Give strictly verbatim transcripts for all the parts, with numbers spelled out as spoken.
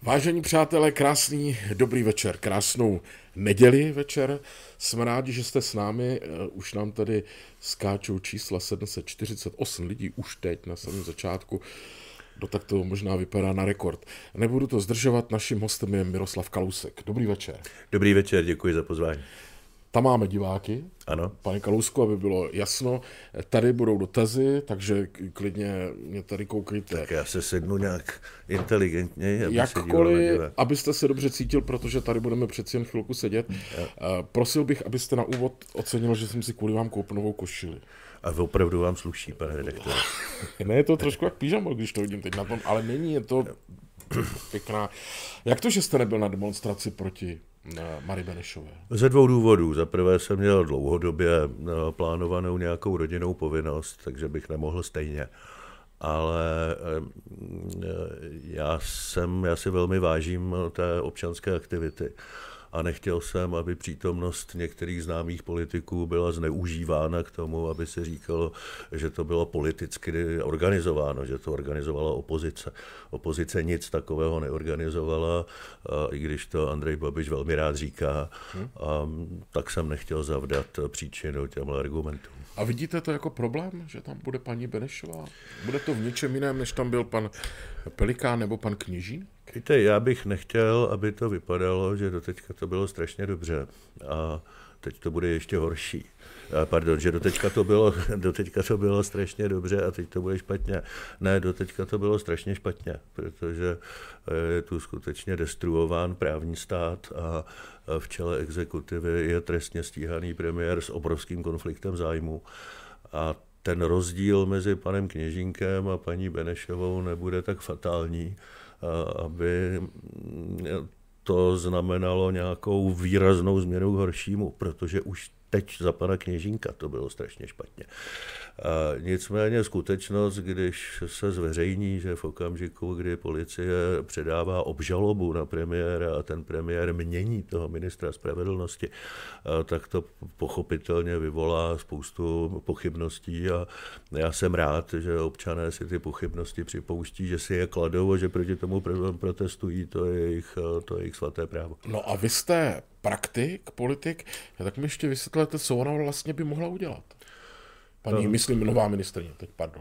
Vážení přátelé, krásný dobrý večer, krásnou neděli večer. Jsme rádi, že jste s námi. Už nám tady skáčou čísla sedm set čtyřicet osm lidí už teď na samém začátku. No tak to možná vypadá na rekord. Nebudu to zdržovat, naším hostem je Miroslav Kalousek. Dobrý večer. Dobrý večer, děkuji za pozvání. Tam máme diváky. Ano. Pane Kalousku, aby bylo jasno, tady budou dotazy, takže klidně mě tady koukejte. Tak já se sednu nějak inteligentně, aby Jakkoliv, se abyste se dobře cítil, protože tady budeme přeci jen chvilku sedět. Ja. Prosil bych, abyste na úvod ocenil, že jsem si kvůli vám koupil novou košili. A opravdu vám sluší, pane redaktore. Ne, je to trošku jak pyžamo, když to vidím teď na tom, ale není, je to pěkná. Jak to, že jste nebyl na demonstraci proti Marii Benešové? Ze dvou důvodů. Za prvé jsem měl dlouhodobě plánovanou nějakou rodinnou povinnost, takže bych nemohl stejně. Ale já, jsem, já si velmi vážím té občanské aktivity. A nechtěl jsem, aby přítomnost některých známých politiků byla zneužívána k tomu, aby se říkalo, že to bylo politicky organizováno, že to organizovala opozice. Opozice nic takového neorganizovala, i když to Andrej Babiš velmi rád říká, a tak jsem nechtěl zavdat příčinu těmhle argumentům. A vidíte to jako problém, že tam bude paní Benešová? Bude to v něčem jiném, než tam byl pan Pelikán nebo pan Kněžín? Víte, já bych nechtěl, aby to vypadalo, že doteďka to bylo strašně dobře a teď to bude ještě horší. Pardon, že doteďka to bylo, doteďka to bylo strašně dobře a teď to bude špatně. Ne, doteďka to bylo strašně špatně, protože je tu skutečně destruován právní stát a v čele exekutivy je trestně stíhaný premiér s obrovským konfliktem zájmu. A ten rozdíl mezi panem Kněžínkem a paní Benešovou nebude tak fatální, aby to znamenalo nějakou výraznou změnu k horšímu, protože už teď za pana Kněžínka to bylo strašně špatně. A nicméně skutečnost, když se zveřejní, že v okamžiku, kdy policie předává obžalobu na premiéra a ten premiér mění toho ministra spravedlnosti, tak to pochopitelně vyvolá spoustu pochybností a já jsem rád, že občané si ty pochybnosti připouští, že si je kladou a že proti tomu protestují, to je jejich, to je jejich svaté právo. No a vy jste praktik, politik, tak mi ještě vysvětlete, co ona vlastně by mohla udělat. Paní, no, myslím, nová ministryně, teď pardon.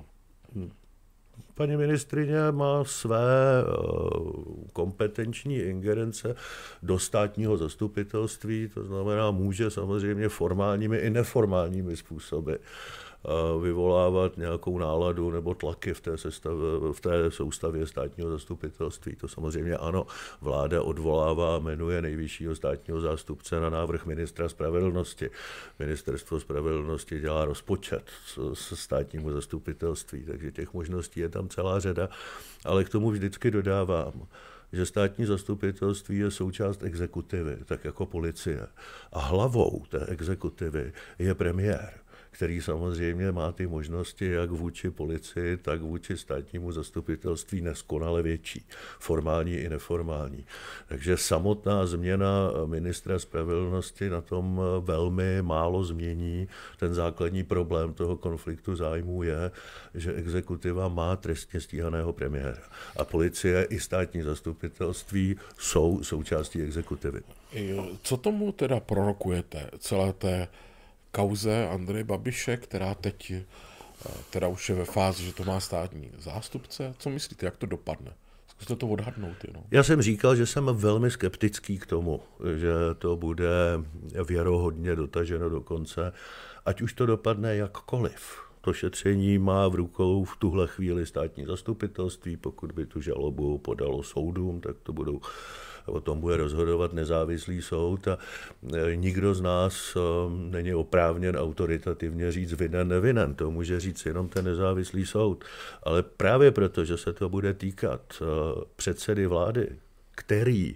Paní ministryně má své kompetenční ingerence do státního zastupitelství, to znamená, může samozřejmě formálními i neformálními způsoby vyvolávat nějakou náladu nebo tlaky v té, sestav, v té soustavě státního zastupitelství. To samozřejmě ano, vláda odvolává, jmenuje nejvyššího státního zástupce na návrh ministra spravedlnosti. Ministerstvo spravedlnosti dělá rozpočet se státnímu zastupitelství, takže těch možností je tam celá řada, ale k tomu vždycky dodávám, že státní zastupitelství je součást exekutivy, tak jako policie. A hlavou té exekutivy je premiér, který samozřejmě má ty možnosti jak vůči policii, tak vůči státnímu zastupitelství neskonale větší, formální i neformální. Takže samotná změna ministra spravedlnosti na tom velmi málo změní. Ten základní problém toho konfliktu zájmů je, že exekutiva má trestně stíhaného premiéra a policie i státní zastupitelství jsou součástí exekutivy. Co tomu teda prorokujete, celé té kauze Andreje Babiše, která teď teda už je ve fázi, že to má státní zástupce? Co myslíte, jak to dopadne? Zkuste to odhadnout jenom. Já jsem říkal, že jsem velmi skeptický k tomu, že to bude věrohodně dotaženo do konce, ať už to dopadne jakkoliv. To šetření má v rukou v tuhle chvíli státní zastupitelství, pokud by tu žalobu podalo soudům, tak to budou o tom bude rozhodovat nezávislý soud a nikdo z nás není oprávněn autoritativně říct vinen, nevinen. To může říct jenom ten nezávislý soud. Ale právě proto, že se to bude týkat předsedy vlády, který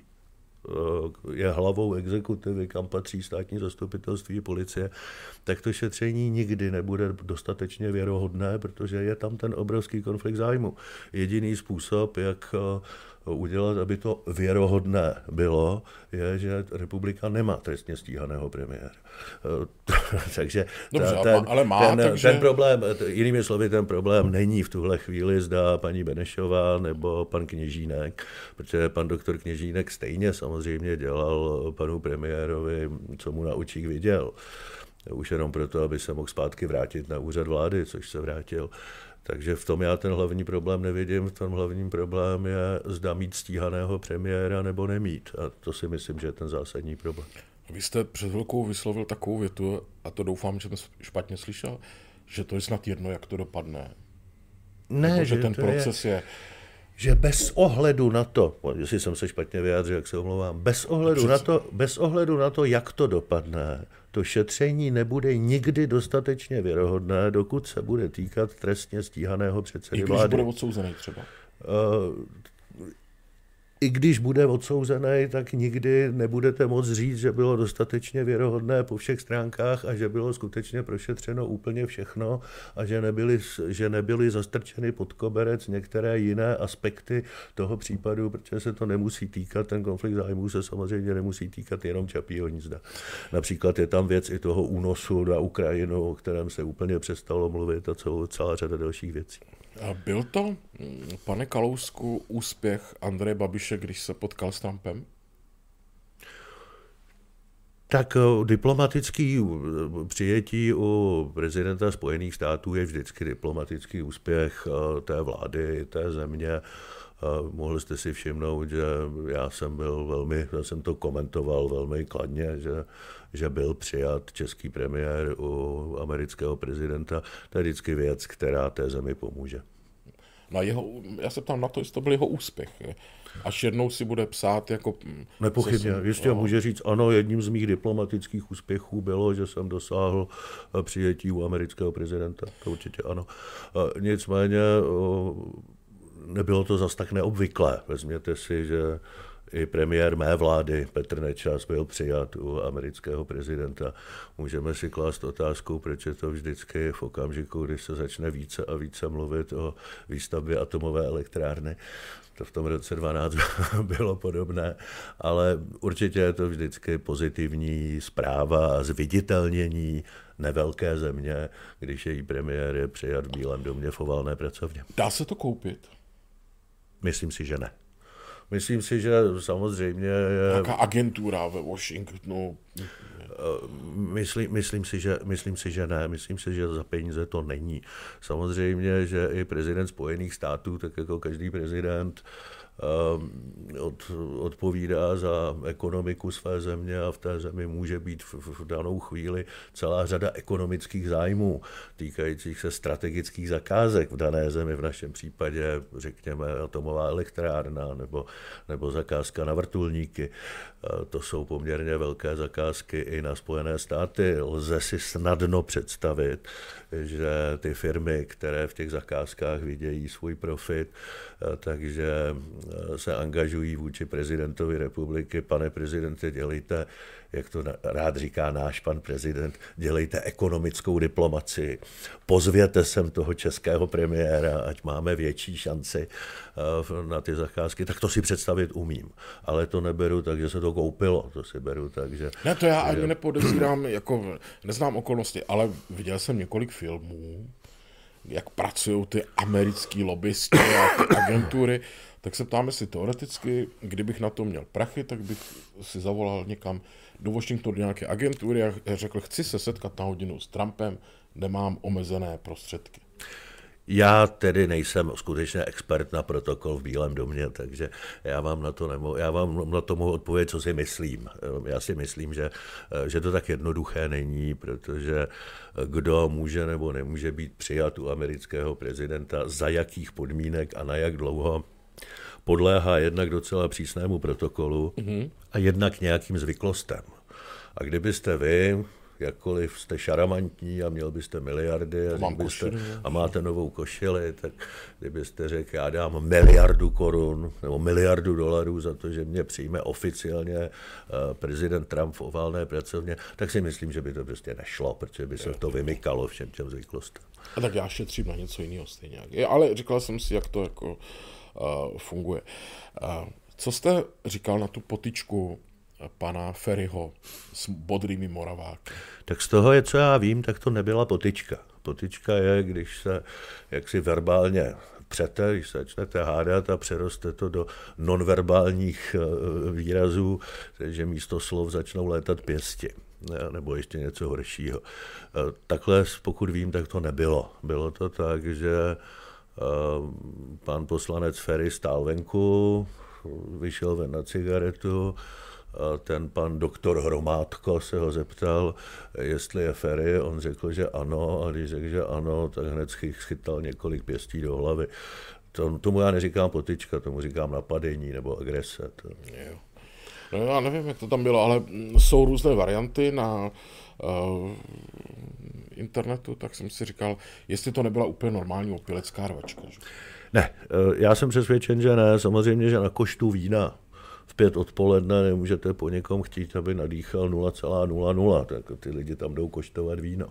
je hlavou exekutivy, kam patří státní zastupitelství policie, tak to šetření nikdy nebude dostatečně věrohodné, protože je tam ten obrovský konflikt zájmu. Jediný způsob, jak udělat, aby to věrohodné bylo, je, že republika nemá trestně stíhaného premiéra. Takže Dobře, ta, ten, ale má, ten, takže... ten problém, jinými slovy, ten problém není v tuhle chvíli zda paní Benešová nebo pan Kněžínek, protože pan doktor Kněžínek stejně samozřejmě dělal panu premiérovi, co mu na očích viděl. Už jenom proto, aby se mohl zpátky vrátit na úřad vlády, což se vrátil. Takže v tom já ten hlavní problém nevidím. V tom hlavním problém je, zda mít stíhaného premiéra nebo nemít. A to si myslím, že je ten zásadní problém. Vy jste před chvilkou vyslovil takovou větu, a to doufám, že jsem špatně slyšel, že to je snad jedno, jak to dopadne. Ne, Nebo, že, že ten proces je... je... že bez ohledu na to, jestli jsem se špatně vyjádřil, jak se omlouvám, bez ohledu, Přece... na to, bez ohledu na to, jak to dopadne, to šetření nebude nikdy dostatečně věrohodné, dokud se bude týkat trestně stíhaného předsedy vlády. I když bude odsouzený třeba. Uh, I když bude odsouzený, tak nikdy nebudete moct říct, že bylo dostatečně věrohodné po všech stránkách a že bylo skutečně prošetřeno úplně všechno a že nebyly, že nebyly zastrčeny pod koberec některé jiné aspekty toho případu, protože se to nemusí týkat, ten konflikt zájmů se samozřejmě nemusí týkat jenom Čapího hnízda. Například je tam věc i toho únosu na Ukrajinu, o kterém se úplně přestalo mluvit a celou, celá řada dalších věcí. A byl to, pane Kalousku, úspěch Andreje Babiše, když se potkal s Trumpem? Tak diplomatický přijetí u prezidenta Spojených států je vždycky diplomatický úspěch té vlády, té země. Mohli jste si všimnout, že já jsem byl velmi, já jsem to komentoval velmi kladně, že, že byl přijat český premiér u amerického prezidenta. To je vždycky věc, která té zemi pomůže. Na jeho, já se ptám na to, jestli to byl jeho úspěch. Až jednou si bude psát jako... Nepochybně, jsem, jistě no. Může říct, ano, jedním z mých diplomatických úspěchů bylo, že jsem dosáhl přijetí u amerického prezidenta. To určitě ano. Nicméně nebylo to zas tak neobvyklé. Vezměte si, že i premiér mé vlády, Petr Nečas, byl přijat u amerického prezidenta. Můžeme si klást otázku, proč je to vždycky v okamžiku, kdy se začne více a více mluvit o výstavbě atomové elektrárny. To v tom roce dvanáct bylo podobné, ale určitě je to vždycky pozitivní zpráva a zviditelnění nevelké země, když její premiér je přijat v Bílém domě v oválné pracovně. Dá se to koupit? Myslím si, že ne. Myslím si, že samozřejmě... Jaká agentura ve Washingtonu? Myslím, myslím, si, že, myslím si, že ne. Myslím si, že za peníze to není. Samozřejmě, že i prezident Spojených států, tak jako každý prezident, od, odpovídá za ekonomiku své země a v té zemi může být v, v danou chvíli celá řada ekonomických zájmů týkajících se strategických zakázek v dané zemi, v našem případě, řekněme, atomová elektrárna nebo, nebo zakázka na vrtulníky. To jsou poměrně velké zakázky i na Spojené státy. Lze si snadno představit, že ty firmy, které v těch zakázkách vidějí svůj profit, takže se angažují vůči prezidentovi republiky. Pane prezidente, dělejte, jak to rád říká náš pan prezident, dělejte ekonomickou diplomacii. Pozvěte sem toho českého premiéra, ať máme větší šanci na ty zakázky. Tak to si představit umím. Ale to neberu tak, že se to koupilo. To si beru tak, že... Ne, to já ani nepodezírám, jako neznám okolnosti, ale viděl jsem několik filmů, jak pracují ty americký lobbysti a ty agentury, tak se ptám, jestli teoreticky, kdybych na to měl prachy, tak bych si zavolal někam do Washingtonu do nějaké agentury a řekl, chci se setkat na hodinu s Trumpem, nemám omezené prostředky. Já tedy nejsem skutečně expert na protokol v Bílém domě, takže já vám na to, nemohu, já vám na to mohu odpovědět, co si myslím. Já si myslím, že, že to tak jednoduché není, protože kdo může nebo nemůže být přijat u amerického prezidenta, za jakých podmínek a na jak dlouho, podléhá jednak docela přísnému protokolu mm-hmm. a jednak nějakým zvyklostem. A kdybyste vy, jakkoliv jste šaramantní a měl byste miliardy a, byste, a máte novou košili, tak kdybyste řekl, já dám miliardu korun nebo miliardu dolarů za to, že mě přijme oficiálně prezident Trump v oválné pracovně, tak si myslím, že by to prostě nešlo, protože by se to vymykalo všem těm zvyklostem. A tak já šetřím na něco jiného stejně. Ale říkal jsem si, jak to jako funguje. Co jste říkal na tu potyčku pana Feriho s Bodrými Moraváky? Tak z toho je, co já vím, tak to nebyla potyčka. Potyčka je, když se jaksi verbálně přete, když se začnete hádat a přeroste to do nonverbálních výrazů, takže místo slov začnou létat pěsti, nebo ještě něco horšího. Takhle, pokud vím, tak to nebylo. Bylo to tak, že pan poslanec Feri stál venku, vyšel ven na cigaretu, a ten pan doktor Hromádko se ho zeptal, jestli je Feri, on řekl, že ano, a když řekl, že ano, tak hned schytal několik pěstí do hlavy. To, tomu já neříkám potyčka, tomu říkám napadení nebo agrese. To... Jo. No já nevím, jak to tam bylo, ale jsou různé varianty na uh, internetu, tak jsem si říkal, jestli to nebyla úplně normální opilecká rvačka. Že? Ne, já jsem přesvědčen, že ne. Samozřejmě, že na koštu vína v pět odpoledne nemůžete po někom chtít, aby nadýchal nula celá nula nula, tak ty lidi tam jdou koštovat víno.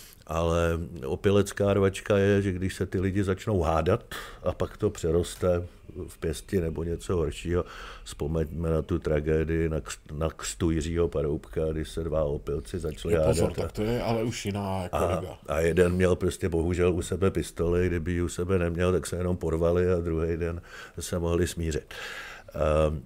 Ale opilecká rvačka je, že když se ty lidi začnou hádat a pak to přeroste v pěsti nebo něco horšího, vzpomeňme na tu tragédii na, kst, na kstu Jiřího Paroubka, když se dva opilci začali hádat. Pozor, tak to je ale už jiná jako a, a jeden měl prostě bohužel u sebe pistoli, kdyby ji u sebe neměl, tak se jenom porvali a druhý den se mohli smířit. Um,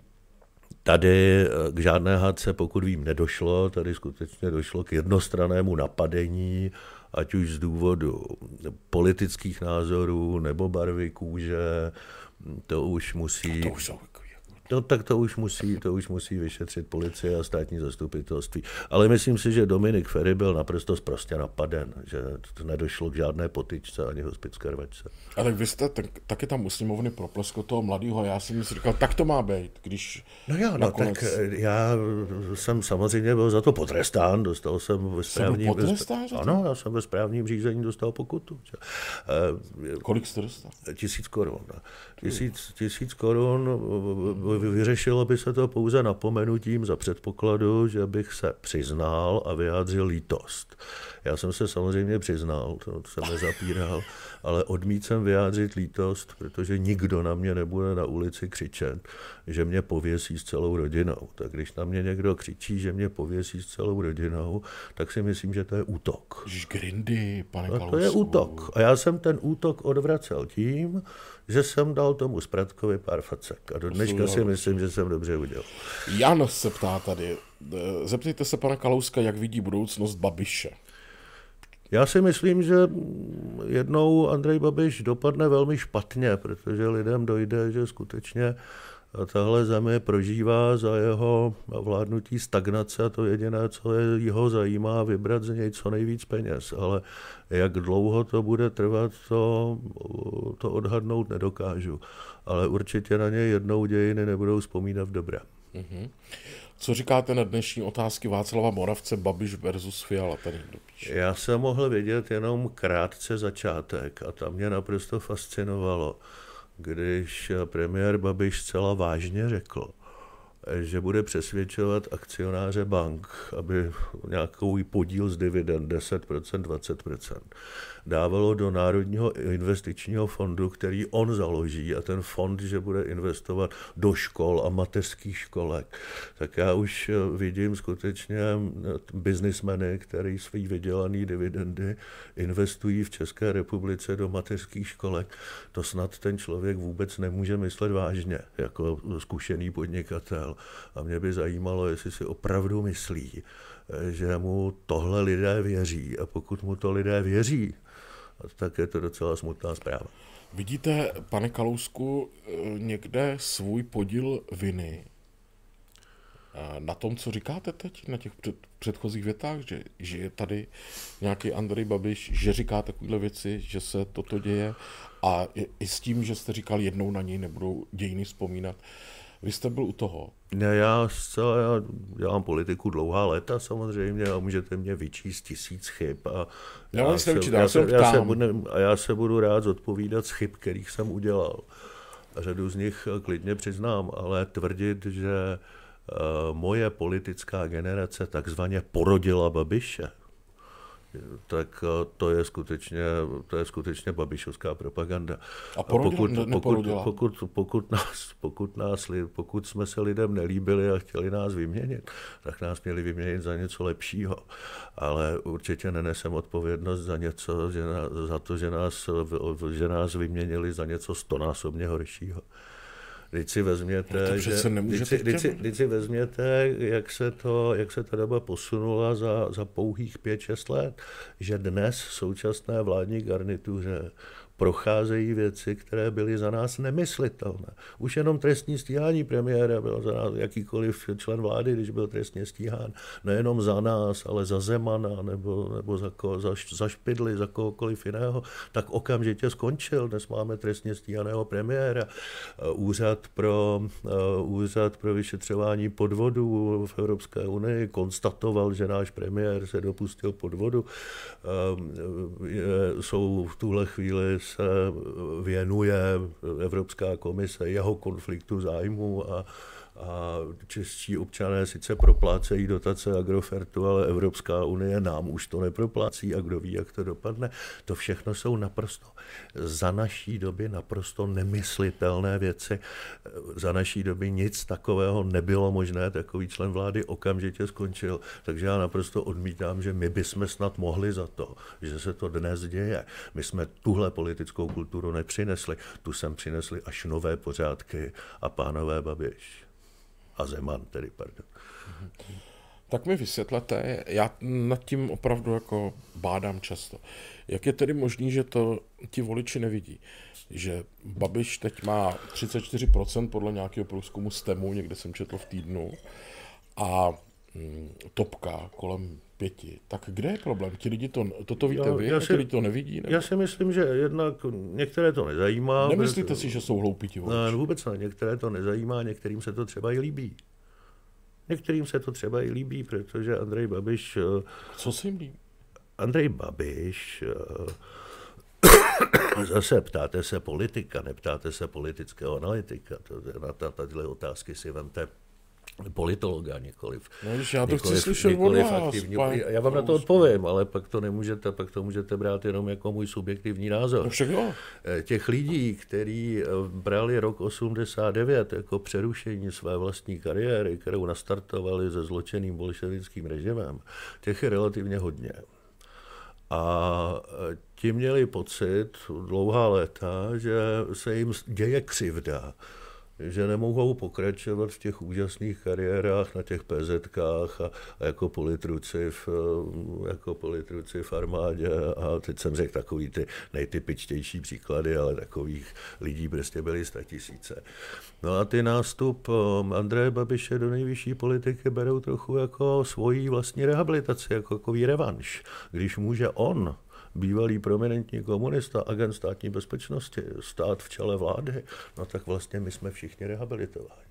Tady k žádné hádce, pokud vím, nedošlo, tady skutečně došlo k jednostrannému napadení, ať už z důvodu politických názorů nebo barvy kůže, to už musí... To už jsou No, tak to už musí, to už musí vyšetřit policie a státní zastupitelství. Ale myslím si, že Dominik Feri byl naprosto sprostě napaden, že to nedošlo k žádné potyčce ani hospodské rvačce. A tak vy jste tak, taky tam u sněmovny propleskl toho mladého, já jsem si říkal, tak to má být, když No jo, no nakonec... tak já jsem samozřejmě byl za to potrestán, dostal jsem ve správním... Potrestán, že ano, já jsem ve správním řízení dostal pokutu. Kolik jste dostal? Tisíc korun. Tisíc, tisíc korun, vyřešilo by se to pouze napomenutím za předpokladu, že bych se přiznal a vyjádřil lítost. Já jsem se samozřejmě přiznal, to jsem nezapíral, ale odmítl jsem vyjádřit lítost, protože nikdo na mě nebude na ulici křičet, že mě pověsí s celou rodinou. Tak když na mě někdo křičí, že mě pověsí s celou rodinou, tak si myslím, že to je útok. Grindy, pane Kalousku. A to je útok. A já jsem ten útok odvracel tím, že jsem dal tomu Spratkovi pár facek. A do dneška si myslím, že jsem dobře udělal. Jan se ptá tady, zeptejte se pana Kalouska, jak vidí budoucnost Babiše. Já si myslím, že jednou Andrej Babiš dopadne velmi špatně, protože lidem dojde, že skutečně tahle země prožívá za jeho vládnutí stagnace a to jediné, co je jeho zajímá, vybrat z něj co nejvíc peněz. Ale jak dlouho to bude trvat, to, to odhadnout nedokážu. Ale určitě na něj jednou dějiny nebudou vzpomínat v dobré. Mm-hmm. Co říkáte na dnešní otázky Václava Moravce, Babiš versus Fiala? Tady Já jsem mohl vidět jenom krátce začátek a tam mě naprosto fascinovalo, když premiér Babiš zcela vážně řekl, že bude přesvědčovat akcionáře bank, aby nějakou podíl z dividend deset procent, dvacet procent dávalo do Národního investičního fondu, který on založí, a ten fond, že bude investovat do škol a mateřských školek. Tak já už vidím skutečně biznismeny, který svý vydělaný dividendy investují v České republice do mateřských školek. To snad ten člověk vůbec nemůže myslet vážně, jako zkušený podnikatel. A mě by zajímalo, jestli si opravdu myslí, že mu tohle lidé věří. A pokud mu to lidé věří, tak je to docela smutná zpráva. Vidíte, pane Kalousku, někde svůj podíl viny na tom, co říkáte teď, na těch před, předchozích větách, že, že je tady nějaký Andrej Babiš, že říká takovéhle věci, že se toto děje a i s tím, že jste říkal, jednou na něj nebudou dějiny vzpomínat. Vy jste byl u toho? Ne, já, zcela, já dělám politiku dlouhá léta samozřejmě a můžete mě vyčíst tisíc chyb. A já, já, se, vyčít, já, se, já, se budu, a já se budu rád zodpovídat z chyb, kterých jsem udělal. A řadu z nich klidně přiznám, ale tvrdit, že uh, moje politická generace takzvaně porodila Babiše, tak to je skutečně, to je skutečně babišovská propaganda. A pokud, ne, pokud, pokud, pokud, nás, pokud, nás, pokud jsme se lidem nelíbili a chtěli nás vyměnit, tak nás měli vyměnit za něco lepšího. Ale určitě nenesem odpovědnost za něco, že na, za to, že nás, že nás vyměnili za něco stonásobně horšího. Když si vezměte, že, když si, když si, když si vezměte, jak se, to, jak se ta doba posunula za, za pouhých pět šest let, že dnes v současné vládní garnituře procházejí věci, které byly za nás nemyslitelné. Už jenom trestní stíhání premiéra bylo za nás, jakýkoliv člen vlády, když byl trestně stíhán, nejenom za nás, ale za Zemana nebo, nebo za, ko, za, za Špidly, za kohokoliv jiného, tak okamžitě skončil. Dnes máme trestně stíhaného premiéra. Úřad pro, úřad pro vyšetřování podvodů v Evropské unii konstatoval, že náš premiér se dopustil podvodu. Jsou v tuhle chvíli se věnuje Evropská komise jeho konfliktu zájmů a, a čeští občané sice proplácejí dotace Agrofertu, ale Evropská unie nám už to neproplácí a kdo ví, jak to dopadne. To všechno jsou naprosto za naší doby naprosto nemyslitelné věci. Za naší doby nic takového nebylo možné, takový člen vlády okamžitě skončil, takže já naprosto odmítám, že my bychom snad mohli za to, že se to dnes děje. My jsme tuhle politickou kulturu nepřinesli, tu sem přinesli až nové pořádky a pánové Babiš. A Zeman tedy, pardon. Tak mi vysvětlete, já nad tím opravdu jako bádám často. Jak je tedy možný, že to ti voliči nevidí? Že Babiš teď má třicet čtyři procent podle nějakého průzkumu STEMu, někde jsem četl v Týdnu, a hm, Topka kolem pěti. Tak kde je problém? Ti lidi to, toto víte já, vy, já si, ti lidi to nevidí? Nebo? Já si myslím, že jednak některé to nezajímá. Nemyslíte protože, si, že jsou hloupí ti voliči? Ne, vůbec ne, některé to nezajímá, některým se to třeba i líbí. Některým se to třeba i líbí, protože Andrej Babiš... Co se jim líbí? Andrej Babiš... Zase ptáte se politika, neptáte se politického analytika. Na tato otázky si vemte politologa, nikoliv. No, když já to nikoliv, chci slyšet od vás, aktivní, já vám na to odpovím, ale pak to nemůžete, pak to můžete brát jenom jako můj subjektivní názor. No všechno. Těch lidí, kteří brali rok osmdesát devět jako přerušení své vlastní kariéry, kterou nastartovali se zločinným bolševickým režimem, těch je relativně hodně. A ti měli pocit dlouhá léta, že se jim děje křivda, že nemohou pokračovat v těch úžasných kariérách na těch PZkách a, a jako politruci v, jako politruci v armádě. A teď jsem řekl takový ty nejtypičtější příklady, ale takových lidí prostě byly statisíce. No a ty nástup Andreje Babiše do nejvyšší politiky berou trochu jako svoji vlastní rehabilitaci, jako takový revanš. Když může on, bývalý prominentní komunista, agent státní bezpečnosti, stát v čele vlády, no tak vlastně my jsme všichni rehabilitováni.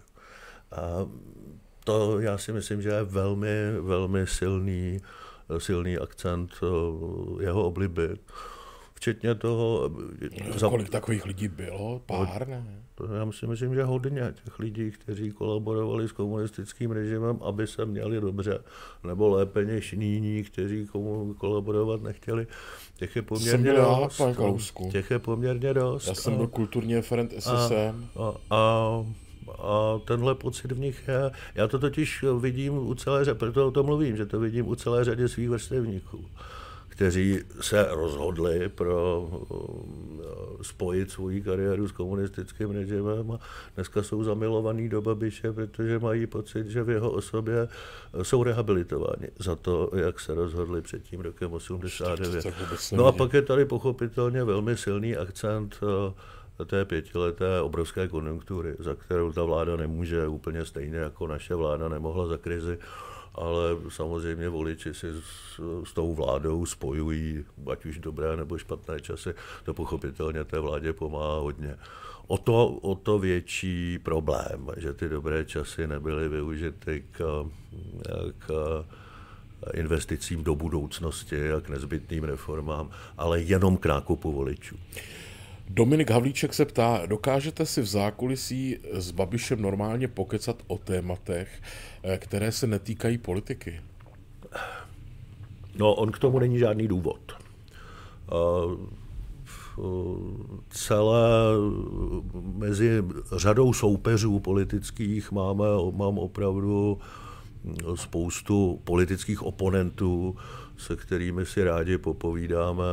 A to já si myslím, že je velmi, velmi silný, silný akcent jeho obliby. Včetně toho... Za... Kolik takových lidí bylo? Pár, ne? Já si myslím, že hodně těch lidí, kteří kolaborovali s komunistickým režimem, aby se měli dobře, nebo lépe než nyní, kteří komu kolaborovat nechtěli. Těch je poměrně dost. Těch je poměrně dost. Já jsem byl kulturní referent S S M. A, a, a, a tenhle pocit v nich je... Já to totiž vidím u celé řady, proto o tom mluvím, že to vidím u celé řady svých vrstevníků, kteří se rozhodli pro spojit svou kariéru s komunistickým režimem a dneska jsou zamilovaní do Babiše, protože mají pocit, že v jeho osobě jsou rehabilitováni za to, jak se rozhodli před tím rokem osmdesát devět. No a pak je tady pochopitelně velmi silný akcent té pětileté obrovské konjunktury, za kterou ta vláda nemůže úplně stejně jako naše vláda nemohla za krizi. Ale samozřejmě voliči si s, s tou vládou spojují, ať už dobré nebo špatné časy, to pochopitelně té vládě pomáhá hodně. O to, o to větší problém, že ty dobré časy nebyly využity k, k investicím do budoucnosti a k nezbytným reformám, ale jenom k nákupu voličů. Dominik Havlíček se ptá, dokážete si v zákulisí s Babišem normálně pokecat o tématech, které se netýkají politiky? No, on k tomu není žádný důvod. Celé mezi řadou soupeřů politických máme, mám opravdu spoustu politických oponentů, se kterými si rádi popovídáme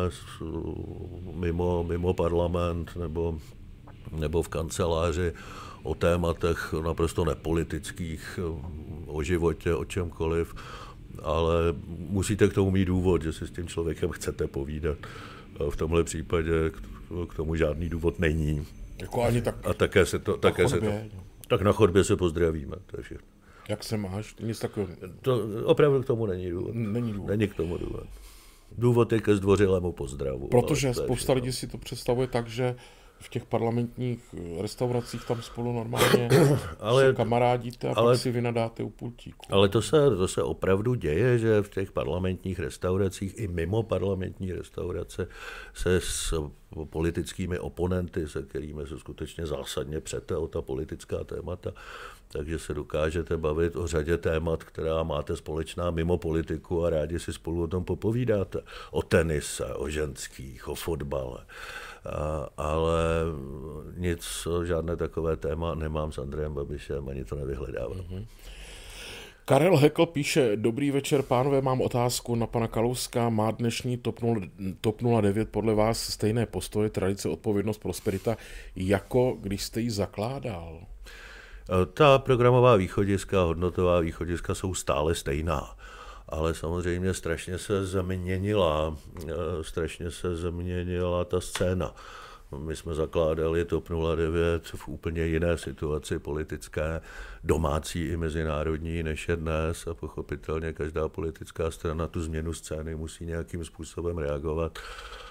mimo, mimo parlament nebo, nebo v kanceláři o tématech naprosto nepolitických, o životě, o čemkoliv, ale musíte k tomu mít důvod, že si s tím člověkem chcete povídat. V tomhle případě k tomu žádný důvod není. Jako ani tak. A také se to, také se to, tak na chodbě se pozdravíme. Takže. Jak se máš? Nic takového. To opravdu k tomu není důvod. Není důvod. Není k tomu důvod. Důvod je ke zdvořilému pozdravu. Protože spousta lidí si to představuje tak, že v těch parlamentních restauracích tam spolu normálně ale, kamarádíte a ale, pak si vynadáte u pultíku. Ale to se, to se opravdu děje, že v těch parlamentních restauracích i mimo parlamentní restaurace se s politickými oponenty, se kterými se skutečně zásadně přete o ta politická témata, takže se dokážete bavit o řadě témat, která máte společná mimo politiku a rádi si spolu o tom popovídáte. O tenise, o ženských, o fotbale. A, ale nic, žádné takové téma nemám s Andrejem Babišem, ani to nevyhledávám. Mm-hmm. Karel Hekl píše, dobrý večer, pánové, mám otázku na pana Kalouska. Má dnešní TOP nula devět podle vás stejné postoje, tradice, odpovědnost, prosperita, jako když jste ji zakládal? Ta programová východiska, hodnotová východiska jsou stále stejná. Ale samozřejmě strašně se změnila, strašně se změnila ta scéna. My jsme zakládali TOP nula devět v úplně jiné situaci politické, domácí i mezinárodní, než je dnes a pochopitelně každá politická strana tu změnu scény musí nějakým způsobem reagovat.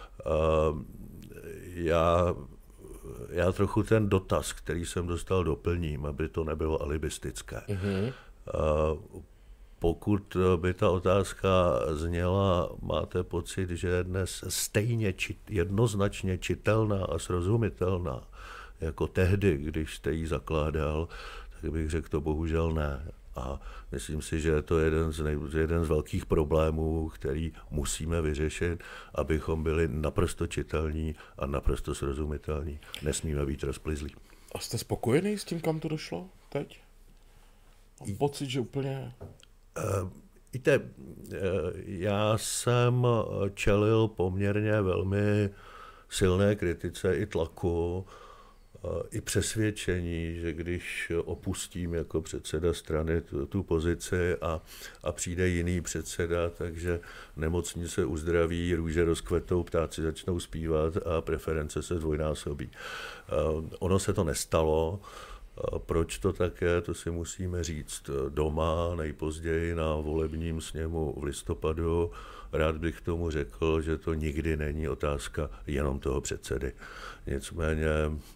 Já, já trochu ten dotaz, který jsem dostal, doplním, aby to nebylo alibistické. Mm-hmm. Pokud by ta otázka zněla, máte pocit, že je dnes stejně čit, jednoznačně čitelná a srozumitelná, jako tehdy, když jste ji zakládal, tak bych řekl, to bohužel ne. A myslím si, že je to jeden z, nej, jeden z velkých problémů, který musíme vyřešit, abychom byli naprosto čitelní a naprosto srozumitelní. Nesmíme být rozplizlí. A jste spokojený s tím, kam to došlo teď? Mám pocit, že úplně... Uh, víte, uh, já jsem čelil poměrně velmi silné kritice i tlaku, uh, i přesvědčení, že když opustím jako předseda strany tu, tu pozici a, a přijde jiný předseda, takže nemocnice uzdraví, růže rozkvetou, ptáci začnou zpívat a preference se dvojnásobí. Uh, ono se to nestalo. Proč to tak je, to si musíme říct doma, nejpozději na volebním sněmu v listopadu. Rád bych k tomu řekl, že to nikdy není otázka jenom toho předsedy. Nicméně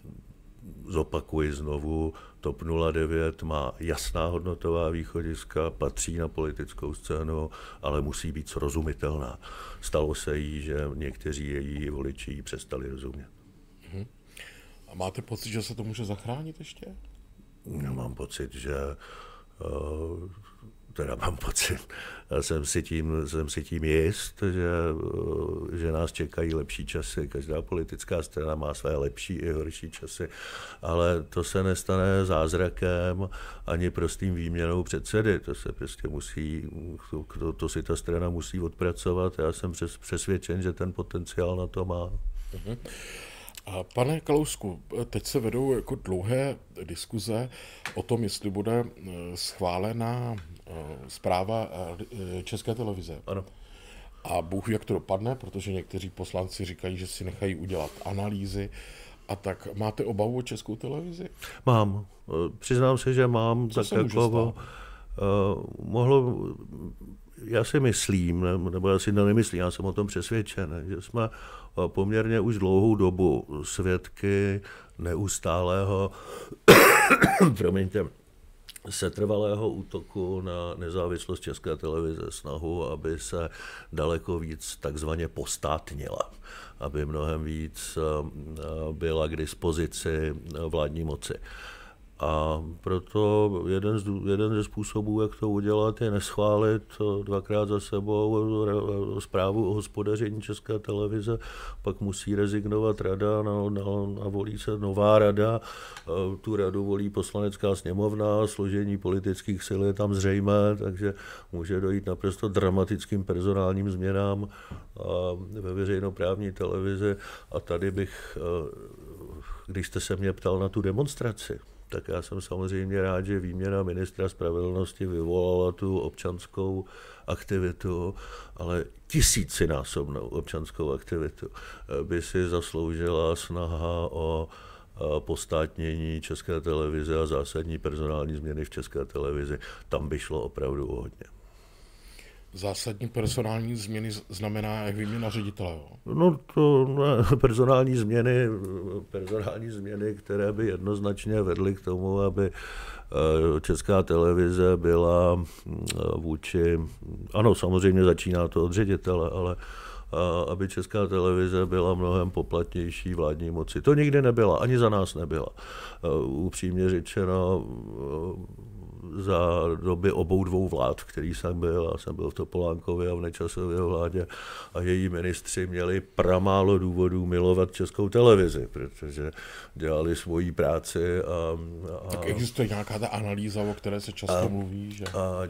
zopakuji znovu, TOP nula devět má jasná hodnotová východiska, patří na politickou scénu, ale musí být srozumitelná. Stalo se jí, že někteří její voliči jí přestali rozumět. Mhm. A máte pocit, že se to může zachránit ještě? No, mám pocit, že uh, teda mám pocit, jsem si tím, jsem si tím jist, že, uh, že nás čekají lepší časy. Každá politická strana má své lepší i horší časy, ale to se nestane zázrakem ani prostým výměnou předsedy. To se prostě musí, to, to si ta strana musí odpracovat. Já jsem přes, přesvědčen, že ten potenciál na to má. Mhm. A pane Kalousku, teď se vedou jako dlouhé diskuze o tom, jestli bude schválená zpráva České televize. Ano. A Bůh ví, jak to dopadne, protože někteří poslanci říkají, že si nechají udělat analýzy. A tak máte obavu o Českou televizi? Mám. Přiznám se, že mám. Co tak se může jako, stát? Uh, mohlo... Já si myslím, nebo já si nemyslím, já jsem o tom přesvědčen, že jsme poměrně už dlouhou dobu svědky neustálého, promiňte, setrvalého útoku na nezávislost České televize, snahu, aby se daleko víc takzvaně postátnila, aby mnohem víc byla k dispozici vládní moci. A proto jeden z, jeden ze způsobů, jak to udělat, je neschválit dvakrát za sebou zprávu o hospodaření České televize, pak musí rezignovat rada, na, na, na volí se nová rada, tu radu volí Poslanecká sněmovna, složení politických sil je tam zřejmé, takže může dojít naprosto dramatickým personálním změnám ve veřejnoprávní televizi. A tady bych, když jste se mě ptal na tu demonstraci, tak já jsem samozřejmě rád, že výměna ministra spravedlnosti vyvolala tu občanskou aktivitu, ale tisícinásobnou občanskou aktivitu by si zasloužila snaha o postátnění České televize a zásadní personální změny v České televizi. Tam by šlo opravdu o hodně. Zásadní personální změny znamená jak výměna ředitele, jo? No to ne, personální změny, personální změny, které by jednoznačně vedly k tomu, aby Česká televize byla vůči, ano, samozřejmě začíná to od ředitele, ale aby Česká televize byla mnohem poplatnější vládní moci. To nikdy nebyla, ani za nás nebyla. Upřímně řečeno, za doby obou dvou vlád, v kterých jsem byl, já jsem byl v Topolánkově a v Nečasově vládě, a její ministři měli pramálo důvodů milovat Českou televizi, protože dělali svoji práci. A, a, tak existuje nějaká ta analýza, o které se často a, můví, že... A,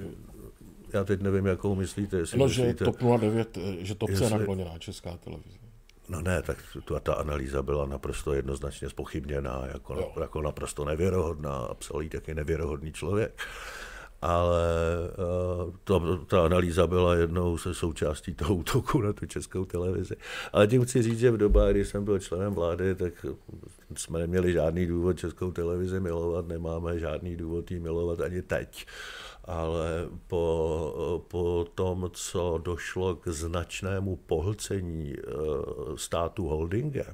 já teď nevím, jakou myslíte. No, že TOP nula devět, že to je nakloněná Česká televize. No ne, tak tu, ta analýza byla naprosto jednoznačně zpochybněná, jako, jako naprosto nevěrohodná, a psal jí taky nevěrohodný člověk. Ale to, ta analýza byla jednou se součástí toho útoku na tu Českou televizi. Ale tím chci říct, že v době, kdy jsem byl členem vlády, tak jsme neměli žádný důvod Českou televizi milovat, nemáme žádný důvod jí milovat ani teď. Ale po, po tom, co došlo k značnému pohlcení státu holdingem,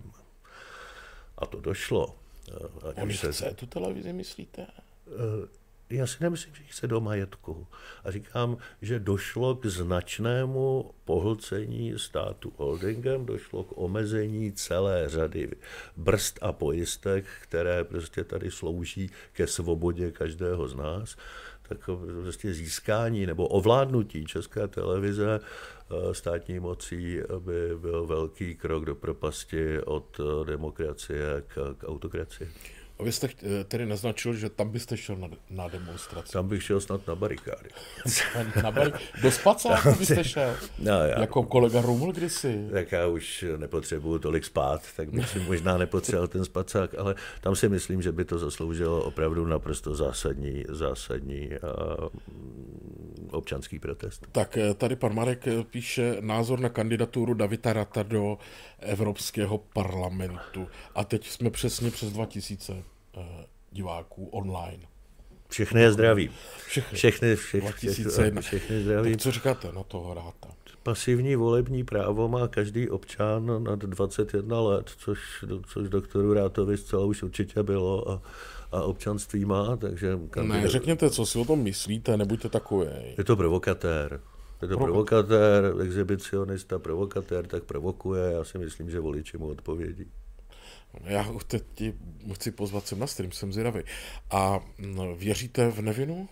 a to došlo. A my se... chce tu televizi, myslíte? Já si nemyslím, že chce do majetku. A říkám, že došlo k značnému pohlcení státu holdingem, došlo k omezení celé řady brzd a pojistek, které prostě tady slouží ke svobodě každého z nás. Tak prostě získání nebo ovládnutí České televize státní mocí by byl velký krok do propasti od demokracie k, k autokracii. A vy jste tedy naznačil, že tam byste šel na, na demonstraci. Tam bych šel snad na barikády. na bari- do spacáku byste šel? No, já, jako kolega Ruml kdysi. Tak já už nepotřebuju tolik spát, tak bych si možná nepotřeboval ten spacák, ale tam si myslím, že by to zasloužilo opravdu naprosto zásadní, zásadní uh, občanský protest. Tak tady pan Marek píše názor na kandidaturu Davida Ratha do Evropského parlamentu. A teď jsme přesně přes dva tisíce uh, diváků online. Všechny je zdraví. Všechny. Všechny, všechny, všechny, všechny zdraví. Tak co říkáte na toho Ratha? Pasivní volební právo má každý občan nad dvacet jedna let, což, což doktoru Rathovi zcela už určitě bylo a, a občanství má, takže... Kandidat... Ne, řekněte, co si o tom myslíte, nebuďte takový. Je to provokatér. Je to provokatér, exhibicionista, provokatér, tak provokuje, já si myslím, že voliči mu odpovědí. Já teď ti chci pozvat sem na stream, jsem zvědavý. A věříte v nevinu?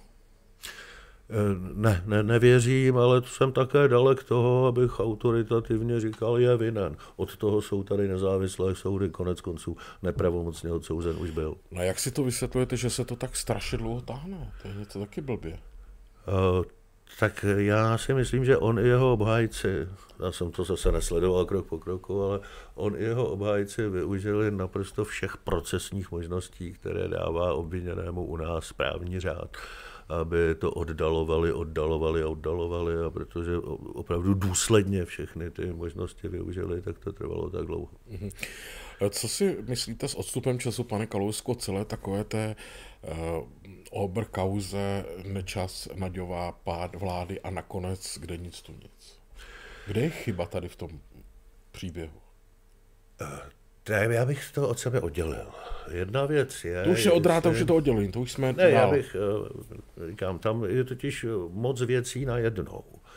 Ne, ne, nevěřím, ale jsem také dalek toho, abych autoritativně říkal, je vinen. Od toho jsou tady nezávislé soudy, konec konců nepravomocně odsouzen už byl. No jak si to vysvětlujete, že se to tak strašně dlouho táhne? To je něco taky blbě. Uh, tak já si myslím, že on i jeho obhájci, já jsem to zase nesledoval krok po kroku, ale on i jeho obhájci využili naprosto všech procesních možností, které dává obviněnému u nás správní řád, aby to oddalovali, oddalovali a oddalovali, a protože opravdu důsledně všechny ty možnosti využili, tak to trvalo tak dlouho. Mm-hmm. Co si myslíte s odstupem času, pane Kalousko, celé takové té uh, obr kauze Nečas, Naďová, pád vlády a nakonec kde nic tu nic? Kde je chyba tady v tom příběhu? Uh. Tak já bych to od sebe oddělil. Jedna věc je... To už je od ráta, už je to oddělení, to už jsme Ne, dál. Já bych, říkám, tam je totiž moc věcí na jednou.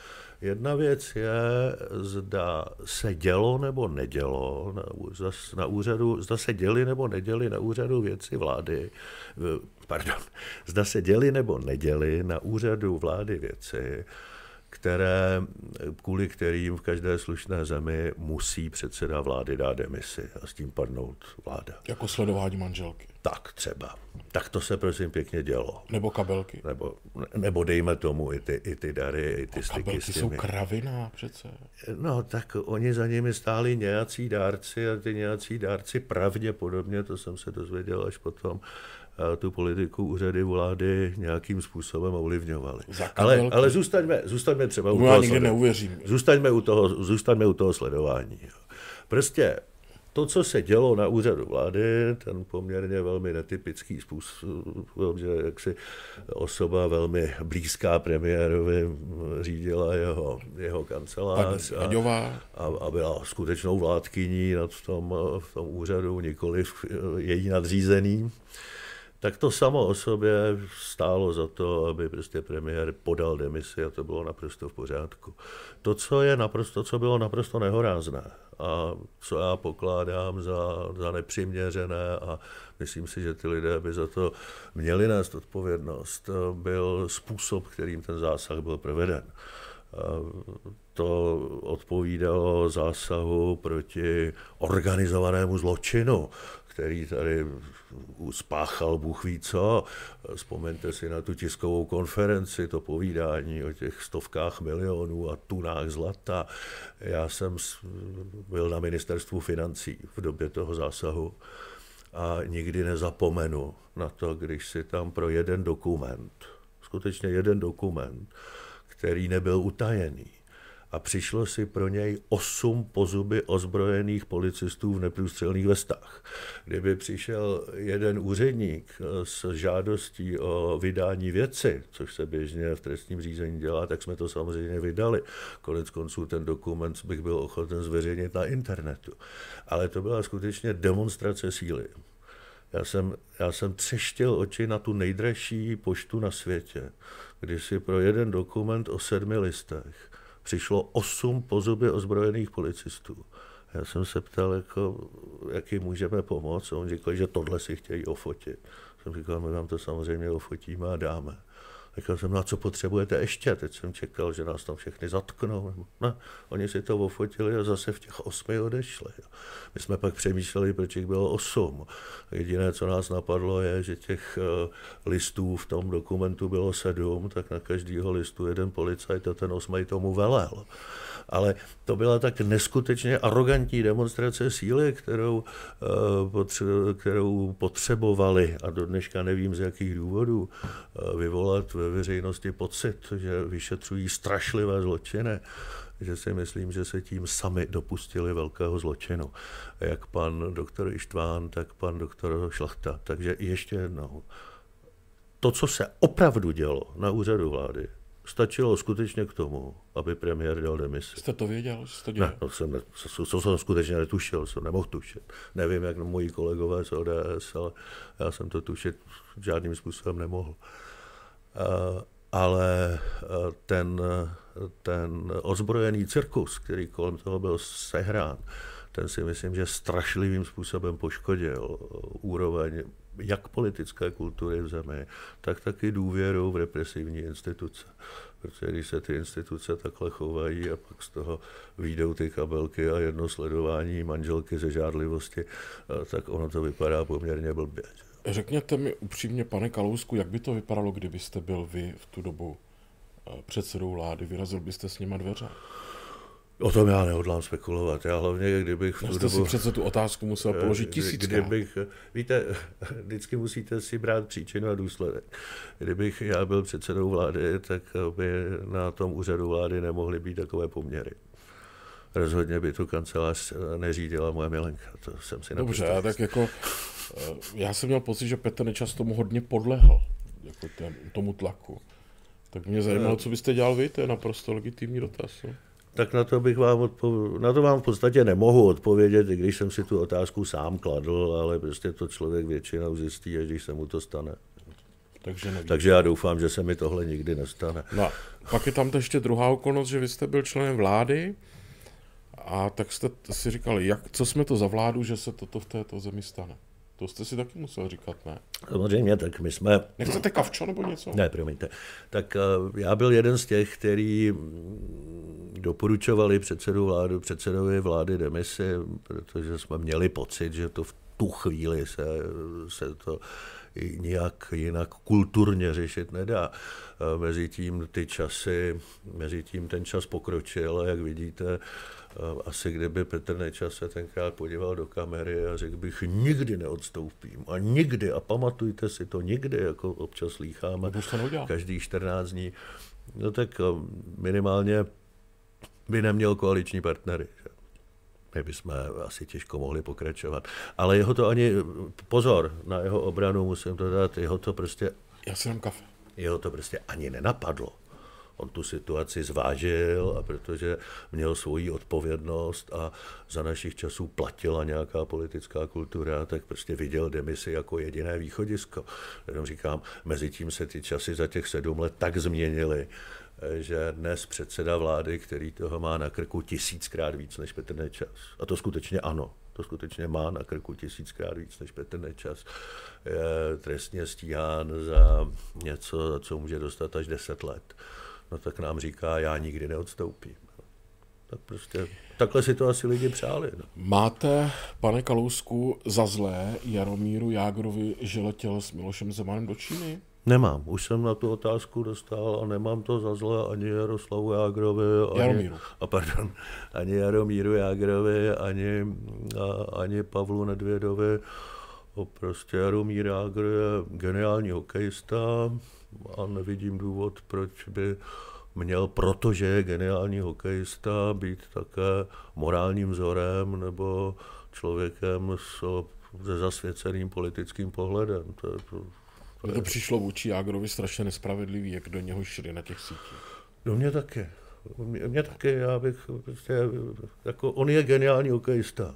Jedna věc je, zda se dělo nebo nedělo na, na úřadu, zda se děli nebo neděli na úřadu věci vlády, pardon, zda se děli nebo neděli na úřadu vlády věci, které, kvůli kterým v každé slušné zemi musí předseda vlády dát demisi a s tím padnout vláda. Jako sledování manželky. Tak třeba. Tak to se prosím pěkně dělo. Nebo kabelky. Nebo, nebo dejme tomu i ty, i ty dary, i ty a styky kabelky s těmi. jsou kravina přece. No tak oni za nimi stáli nějací dárci a ty nějací dárci pravděpodobně, to jsem se dozvěděl až potom, tu politiku úřady vlády nějakým způsobem ovlivňovaly. Ale, ale zůstaňme, zůstaňme třeba u toho, nikdy neuvěřím. Zůstaňme u toho, zůstaňme u toho sledování. Prostě to, co se dělo na úřadu vlády, ten poměrně velmi netypický způsob, že jaksi osoba velmi blízká premiérovi řídila jeho, jeho kancelář a, a, a byla skutečnou vládkyní nad v tom, v tom úřadu, nikoliv její nadřízený, tak to samo o sobě stálo za to, aby prostě premiér podal demisi a to bylo naprosto v pořádku. To, co je naprosto, co bylo naprosto nehorázné a co já pokládám za, za nepřiměřené a myslím si, že ty lidé by za to měli nést odpovědnost, byl způsob, kterým ten zásah byl proveden. To odpovídalo zásahu proti organizovanému zločinu, který tady spáchal Bůh ví co. Vzpomeňte si na tu tiskovou konferenci, to povídání o těch stovkách milionů a tunách zlata. Já jsem byl na ministerstvu financí v době toho zásahu a nikdy nezapomenu na to, když si tam pro jeden dokument, skutečně jeden dokument, který nebyl utajený, a přišlo si pro něj osm pozuby ozbrojených policistů v neprůstřelných vestách. Kdyby přišel jeden úředník s žádostí o vydání věci, což se běžně v trestním řízení dělá, tak jsme to samozřejmě vydali. Konec konců ten dokument bych byl ochoten zveřejnit na internetu. Ale to byla skutečně demonstrace síly. Já jsem, já jsem třeštil oči na tu nejdražší poštu na světě, kdy si pro jeden dokument o sedmi listech přišlo osm pozuby ozbrojených policistů. Já jsem se ptal, jako, jak jim můžeme pomoct. A on říkal, že tohle si chtějí ofotit. Jsem říkal, my vám to samozřejmě ofotíme a dáme. Říkal jsem, no a co potřebujete ještě? Teď jsem čekal, že nás tam všechny zatknou. Ne, oni si to ofotili a zase v těch osmi odešli. My jsme pak přemýšleli, proč jich bylo osm. Jediné, co nás napadlo, je, že těch listů v tom dokumentu bylo sedm, tak na každého listu jeden policajt a ten osmej tomu velel. Ale to byla tak neskutečně arrogantní demonstrace síly, kterou, kterou potřebovali, a do dneška nevím z jakých důvodů, vyvolat ve veřejnosti pocit, že vyšetřují strašlivé zločiny, že si myslím, že se tím sami dopustili velkého zločinu. Jak pan doktor Ištván, tak pan doktor Šlachta. Takže ještě jednou. To, co se opravdu dělo na úřadu vlády, stačilo skutečně k tomu, aby premiér dal demisi. Jste to věděl, že jste to dělal? Ne, to jsem, ne, to jsem skutečně netušil, jsem nemohl tušit. Nevím, jak moji kolegové z O D S, ale já jsem to tušit žádným způsobem nemohl. Uh, ale ten, ten ozbrojený cirkus, který kolem toho byl sehrán, ten si myslím, že strašlivým způsobem poškodil úroveň jak politické kultury v zemi, tak taky důvěru v represivní instituce. Protože když se ty instituce takhle chovají a pak z toho vyjdou ty kabelky a jedno sledování manželky ze žádlivosti, tak ono to vypadá poměrně blbě. Řekněte mi upřímně, pane Kalousku, jak by to vypadalo, kdybyste byl vy v tu dobu předsedou vlády? Vyrazil byste s nima dveře? O tom já nehodlám spekulovat. Já hlavně, kdybych v tu dobu... dobu... si přece tu otázku musel položit tisíckrát. Kdybych, víte, vždycky musíte si brát příčinu a důsledek. Kdybych já byl předsedou vlády, tak by na tom úřadu vlády nemohly být takové poměry. Rozhodně by tu kancelář neřídila moje milenka. To jsem si Dobře, já tak jako... Já jsem měl pocit, že Petr Nečas tomu hodně podlehl, jako ten, tomu tlaku. Tak mě zajímalo, co byste dělal vy, to je naprosto legitimní dotaz. No? Tak na to bych vám odpo... na to vám v podstatě nemohu odpovědět, i když jsem si tu otázku sám kladl, ale prostě to člověk většinou zjistí, až když se mu to stane. Takže, Takže já doufám, že se mi tohle nikdy nestane. No, pak je tam to ještě druhá okolnost, že vy jste byl členem vlády a tak jste si říkali, jak, co jsme to za vládu, že se toto v této zemi stane. To jste si taky musel říkat, ne? Samozřejmě, tak my jsme... Nechcete kavčo nebo něco? Ne, promiňte. Tak já byl jeden z těch, který doporučovali předsedu vládu, předsedovi vlády demisi, protože jsme měli pocit, že to v tu chvíli se, se to nijak jinak kulturně řešit nedá. Mezitím ty časy, mezitím ten čas pokročil a jak vidíte, asi kdyby Petr Nečas se tenkrát podíval do kamery a řekl bych, nikdy neodstoupím a nikdy, a pamatujte si to nikdy, jako občas slýcháme, každý čtrnáct dní, no tak minimálně by neměl koaliční partnery. Že? My bychom asi těžko mohli pokračovat. Ale jeho to ani, pozor, na jeho obranu musím to dát, jeho to prostě... Já si dám kafe. Jeho to prostě ani nenapadlo. On tu situaci zvážil a protože měl svoji odpovědnost a za našich časů platila nějaká politická kultura, tak prostě viděl demisi jako jediné východisko. Jenom říkám, mezi tím se ty časy za těch sedm let tak změnily, že dnes předseda vlády, který toho má na krku tisíckrát víc než Petr Nečas, a to skutečně ano, to skutečně má na krku tisíckrát víc než Petr Nečas, je trestně stíhán za něco, za co může dostat až deset let. No tak nám říká, já nikdy neodstoupím. Tak prostě, takhle si to asi lidi přáli. No. Máte, pane Kalousku, za zlé Jaromíru Jágrovi, že letěl s Milošem Zemanem do Číny? Nemám, už jsem na tu otázku dostal a nemám to za zlé ani Jaroslavu Jágrovi, ani, Jaromíru. A pardon, ani Jaromíru Jágrovi, ani, a, ani Pavlu Nedvědovi. Prostě Jaromír Jágr je geniální hokejista a nevidím důvod, proč by měl, protože je geniální hokejista, být také morálním vzorem nebo člověkem s, se zasvěceným politickým pohledem. To je, to, Mně to přišlo vůči Jágrovi strašně nespravedlivý, jak do něho šli na těch sítích. Do mě taky. Mě, mě taky, já bych prostě, jako on je geniální hokejista.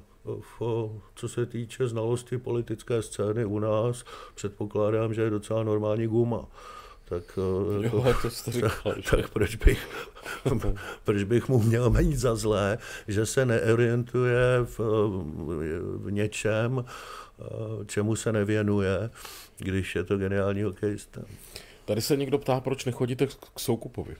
Co se týče znalosti politické scény u nás, předpokládám, že je docela normální guma. Tak, jo, to jste říkal, tak, tak proč, bych, proč bych mu měl mít za zlé, že se neorientuje v, v něčem, čemu se nevěnuje, když je to geniální hokejista. Tady se někdo ptá, proč nechodíte k Soukupovi.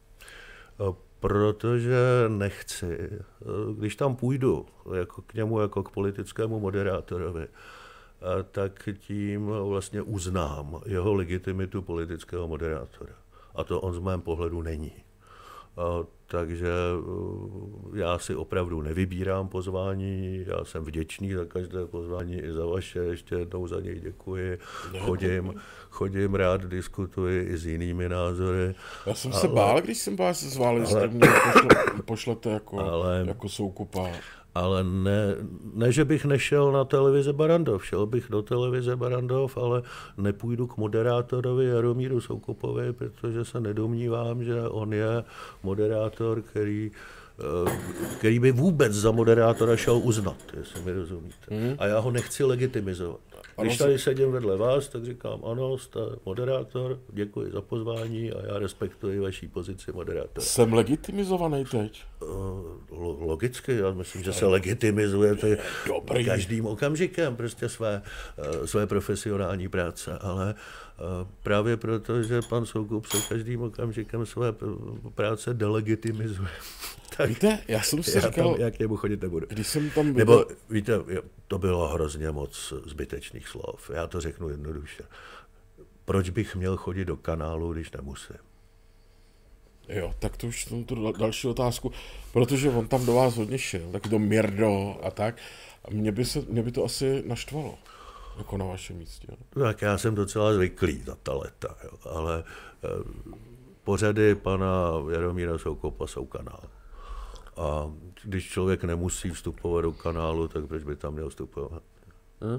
Protože nechci. Když tam půjdu jako k němu jako k politickému moderátorovi, tak tím vlastně uznám jeho legitimitu politického moderátora. A to on z mém pohledu není. A takže já si opravdu nevybírám pozvání, já jsem vděčný za každé pozvání i za vaše, ještě jednou za něj děkuji, chodím, chodím rád, diskutuji i s jinými názory. Já jsem ale, se bál, když jsem vás zval, jestli mě pošle, pošlete jako, ale, jako Soukupa. Ale ne, ne, že bych nešel na televize Barrandov, šel bych do televize Barrandov, ale nepůjdu k moderátorovi Jaromíru Soukupovi, protože se nedomnívám, že on je moderátor, který, který by vůbec za moderátora šel uznat, jestli mi rozumíte. Hmm. A já ho nechci legitimizovat. Když tady sedím vedle vás, tak říkám, ano, jste moderátor, děkuji za pozvání a já respektuji vaší pozici moderátora. Jsem legitimizovaný teď? Logicky, já myslím, že se legitimizujete Dobrý. každým okamžikem prostě své, své profesionální práce, ale právě proto, že pan Soukup se každým okamžikem své práce delegitimizuje. Tak víte, já jsem si já říkal, tam, já k němu chodit nebudu. Když jsem tam viděl... Nebo, víte, to bylo hrozně moc zbytečných slov. Já to řeknu jednoduše. Proč bych měl chodit do kanálu, když nemusím? Jo, tak to už jsem tu další otázku, protože on tam do vás hodně šel, tak do Mirdo a tak. A mě by, se, mě by to asi naštvalo, jako na vašem místě. Jo. Tak já jsem docela zvyklý za ta leta, jo, ale eh, pořady pana Jaromíra Soukupa jsou kanál. A když člověk nemusí vstupovat do kanálu, tak proč by tam měl vstupovat? Hm?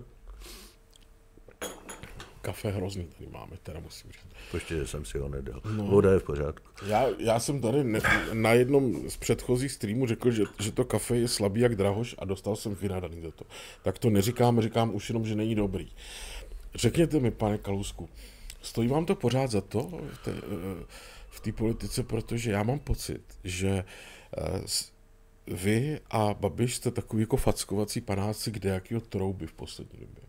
Kafe hrozný tady máme, teda musím říct. Počkej, že jsem si ho nedal. No. Voda je v pořádku. Já, já jsem tady ne, na jednom z předchozích streamů řekl, že, že to kafe je slabý jak Drahoš a dostal jsem vynadaný za to. Tak to neříkám, říkám už jenom, že není dobrý. Řekněte mi, pane Kalousku, Stojí vám to pořád za to v té, v té politice, protože já mám pocit, že vy a Babiš jste takový jako fackovací panáci kdejakýho trouby v poslední době.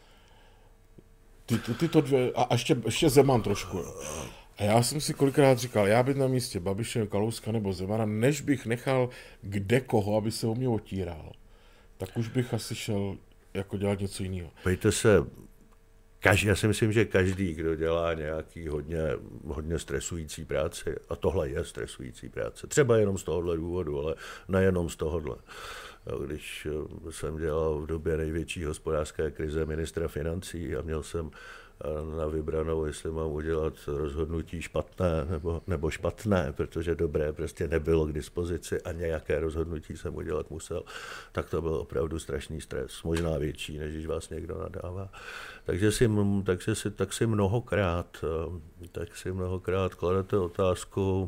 Ty, ty, ty to dvě, a ještě, ještě Zeman trošku. Jo. A já jsem si kolikrát říkal, já bych na místě Babiše, Kalouska nebo Zemana, než bych nechal kde koho, aby se o mě otíral, tak už bych asi šel jako dělat něco jiného. Pojďte se, každý, já si myslím, že každý, kdo dělá nějaký hodně, hodně stresující práci, a tohle je stresující práce, třeba jenom z tohohle důvodu, ale nejenom z tohohle. Když jsem dělal v době největší hospodářské krize ministra financí a měl jsem na vybranou, jestli mám udělat rozhodnutí špatné nebo, nebo špatné, protože dobré prostě nebylo k dispozici a nějaké rozhodnutí jsem udělat musel, tak to byl opravdu strašný stres, možná větší, než když vás někdo nadává. Takže si, takže si, tak si mnohokrát, tak si mnohokrát kladete otázku,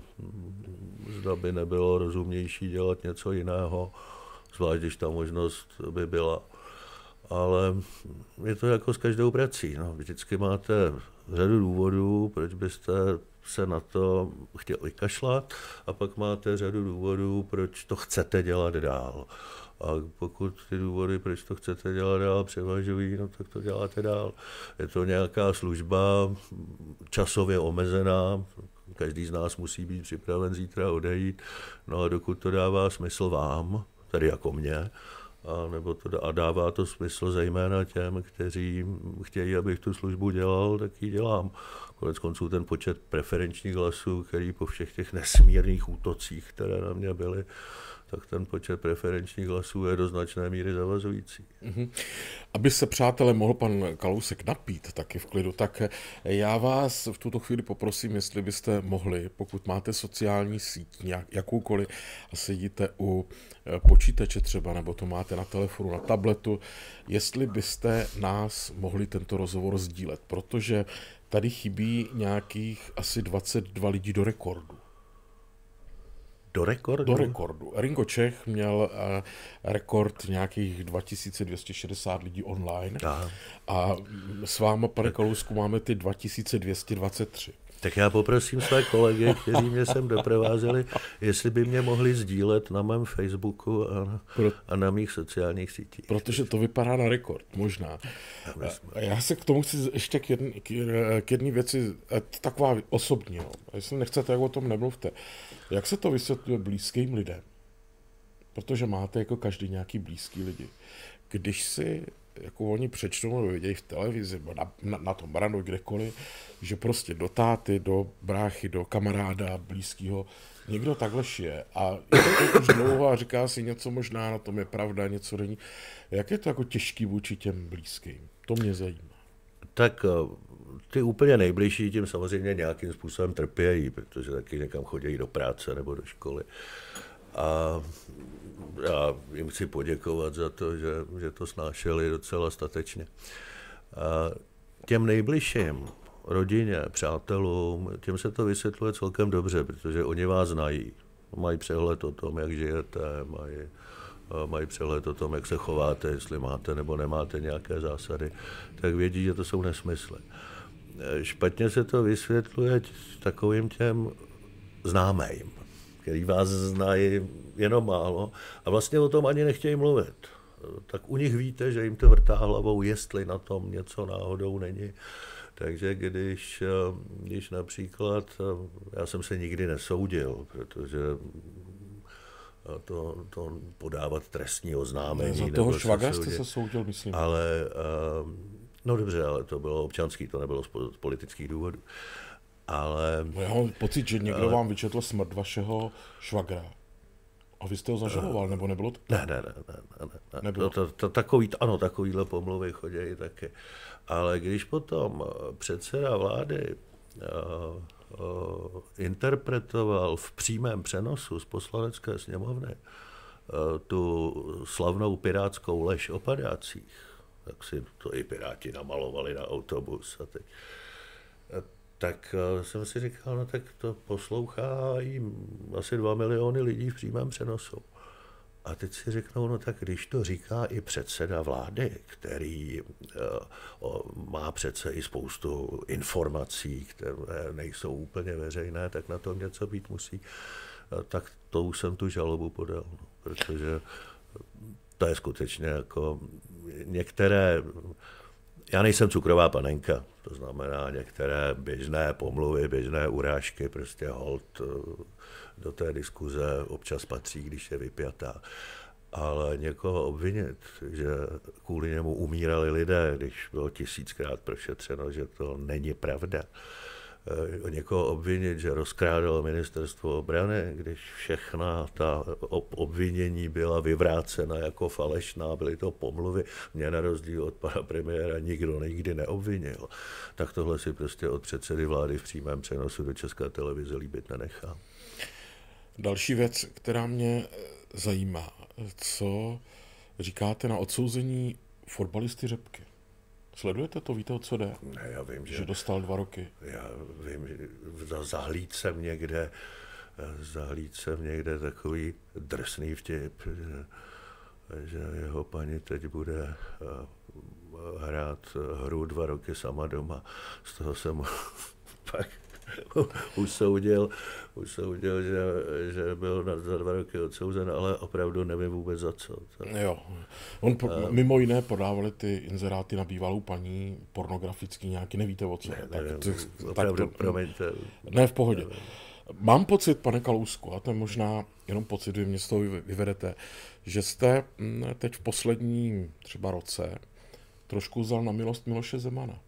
zda by nebylo rozumnější dělat něco jiného, zvlášť když ta možnost by byla. Ale je to jako s každou prací. No. Vždycky máte řadu důvodů, proč byste se na to chtěli vykašlat, a pak máte řadu důvodů, proč to chcete dělat dál. A pokud ty důvody, proč to chcete dělat dál, převažují, no tak to děláte dál. Je to nějaká služba časově omezená, každý z nás musí být připraven zítra odejít, no a dokud to dává smysl vám, tedy jako mě, a, nebo to, a dává to smysl zejména těm, kteří chtějí, abych tu službu dělal, tak ji dělám. Konec konců ten počet preferenčních hlasů, který po všech těch nesmírných útocích, které na mě byly, tak ten počet preferenčních hlasů je do značné míry zavazující. Mm-hmm. Aby se, přátelé, mohl pan Kalousek napít taky v klidu, tak já vás v tuto chvíli poprosím, jestli byste mohli, pokud máte sociální síť, nějak, jakoukoliv, a sedíte u počítače třeba, nebo to máte na telefonu, na tabletu, jestli byste nás mohli tento rozhovor sdílet, protože tady chybí nějakých asi dvacet dva lidí do rekordu. Do rekordu? Do rekordu. Ringo Čech měl uh, rekord nějakých dva tisíce dvě stě šedesát lidí online. Aha. A s váma, pane Kalousku, máme ty dva tisíce dvě stě dvacet tři. Tak já poprosím své kolegy, kteří mě sem doprovázeli, jestli by mě mohli sdílet na mém Facebooku a, Pro... a na mých sociálních sítích. Protože to vypadá na rekord, možná. A já se k tomu chci ještě k jedné k jedné věci, taková osobní. No. Jestli nechcete, jak o tom nemluvte. Jak se to vysvětluje blízkým lidem? Protože máte jako každý nějaký blízký lidi. Když si jako oni přečtou nebo vidějí v televizi, na, na, na tom branu, kdekoliv, že prostě do táty, do bráchy, do kamaráda blízkého někdo takhle šije. A je to už dlouho a říká si něco možná, na tom je pravda, něco není. Jak je to jako těžký vůči těm blízkým? To mě zajímá. Tak ty úplně nejbližší tím samozřejmě nějakým způsobem trpějí, protože taky někam chodí do práce nebo do školy. A já jim chci poděkovat za to, že, že to snášeli docela statečně. A těm nejbližším, rodině, přátelům, těm se to vysvětluje celkem dobře, protože oni vás znají. Mají přehled o tom, jak žijete, mají, mají přehled o tom, jak se chováte, jestli máte nebo nemáte nějaké zásady, tak vědí, že to jsou nesmysly. Špatně se to vysvětluje takovým těm známým, který vás znají jenom málo a vlastně o tom ani nechtějí mluvit. Tak u nich víte, že jim to vrtá hlavou, jestli na tom něco náhodou není. Takže když, když například, já jsem se nikdy nesoudil, protože to, to podávat trestní oznámení. Za toho švagra jste se soudil, myslím. Ale, no dobře, ale to bylo občanský, to nebylo z politických důvodů. Ale... Já mám pocit, že někdo ale... vám vyčetl smrt vašeho švagra. A vy jste ho zažaloval, nebo nebylo to? Ne, ne, ne. ne, ne, ne. Nebylo to, to, takový, ano, takovýhle pomluvy chodí taky. Ale když potom předseda vlády uh, uh, interpretoval v přímém přenosu z poslanecké sněmovny uh, tu slavnou pirátskou lež o padácích, tak si to i piráti namalovali na autobus. A teď, tak jsem si říkal, no tak to poslouchají asi dva miliony lidí v přímém přenosu. A teď si řeknou, no tak když to říká i předseda vlády, který uh, má přece i spoustu informací, které nejsou úplně veřejné, tak na tom něco být musí. Uh, tak to už jsem tu žalobu podal, no, protože to je skutečně jako některé... Já nejsem cukrová panenka, to znamená některé běžné pomluvy, běžné urážky, prostě hold do té diskuze občas patří, když je vypjatá. Ale někoho obvinit, že kvůli němu umírali lidé, když bylo tisíckrát prošetřeno, že to není pravda. Někoho obvinit, že rozkrádalo ministerstvo obrany, když všechna ta obvinění byla vyvrácena jako falešná, byly to pomluvy, mě na rozdíl od pana premiéra nikdo nikdy neobvinil, tak tohle si prostě od předsedy vlády v přímém přenosu do České televize líbit nenechám. Další věc, která mě zajímá, co říkáte na odsouzení fotbalisty Řepky? Sledujete to? Víte, o co jde? Ne, já vím, že... že dostal dva roky. Já vím, že zahlíd jsem někde, zahlíd jsem někde takový drsný vtip, že, že jeho paní teď bude hrát hru dva roky sama doma. Z toho jsem pak usoudil, usoudil že, že byl na, za dva roky odsouzen, ale opravdu nevím vůbec za co. Tak. Jo. On po, mimo jiné podávali ty inzeráty na bývalou paní, pornografický nějaký, nevíte o co. Ne, tak, ne, to, opravdu, tak to, promiňte. Ne, v pohodě. Ne, Mám pocit, pane Kalousku, a to je možná jenom pocit, vy mě z toho vyvedete, že jste teď v posledním třeba roce trošku vzal na milost Miloše Zemana.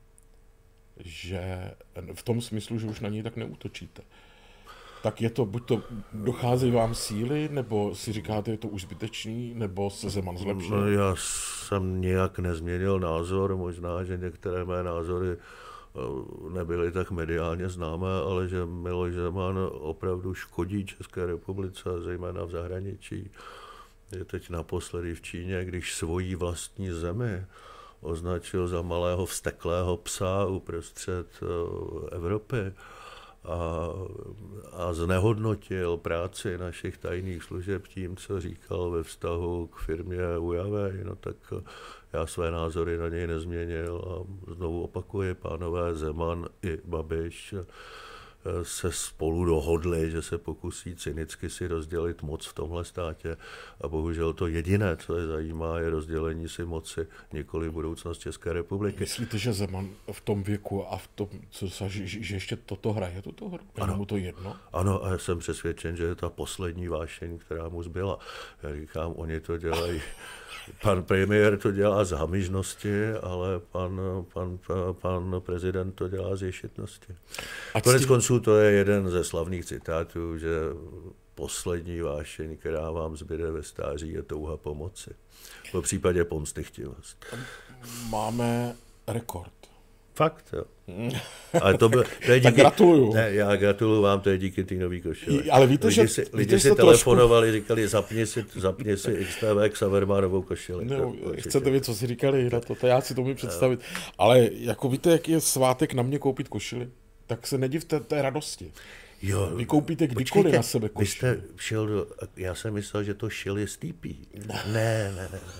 Že v tom smyslu, že už na něj tak neútočíte. Tak je to, buď to docházejí vám síly, nebo si říkáte, je to už zbytečný, nebo se Zeman zlepšil? No, já jsem nějak nezměnil názor, možná, že některé mé názory nebyly tak mediálně známé, ale že Miloš Zeman opravdu škodí České republice, zejména v zahraničí. Je teď naposledy v Číně, když svoji vlastní zemi označil za malého vzteklého psa uprostřed Evropy a, a znehodnotil práci našich tajných služeb tím, co říkal ve vztahu k firmě Huawei, no tak já své názory na něj nezměnil a znovu opakuji, pánové Zeman i Babiš se spolu dohodli, že se pokusí cynicky si rozdělit moc v tomhle státě a bohužel to jediné, co je zajímá, je rozdělení si moci, nikoli budoucnost České republiky. Myslíte, že Zeman v tom věku a v tom, co se, že, že ještě toto hraje, tuto hru? Je mu to jedno? Ano, a jsem přesvědčen, že je ta poslední vášeň, která mu zbyla. Já říkám, oni to dělají... Pan premiér to dělá z hamižnosti, ale pan, pan, pan prezident to dělá z ješitnosti. Konec konců to je jeden ze slavných citátů, že poslední vášeň, která vám zbyde ve stáří, je touha pomoci. Po případě pomstychtivost. Máme rekord. Fakt, jo. Ale to, byl, to je díky, tak gratuluju. Ne, já gratuluju vám, to je díky té nový košile. Ale víte, lidi že... Si, víte, lidi si telefonovali, trošku... říkali, zapni si, zapni si X T V Xavermanovou košili. No, chcete vědět, co si říkali na to, to já si to můžu představit. Ale jako víte, jak je svátek na mě koupit košili? Tak se nedivte té radosti. Jo, vy koupíte kdykoliv počkejte, na sebe košili. Vy jste šel do, já jsem myslel, že to šil je stýpí. Ne, ne, ne. ne.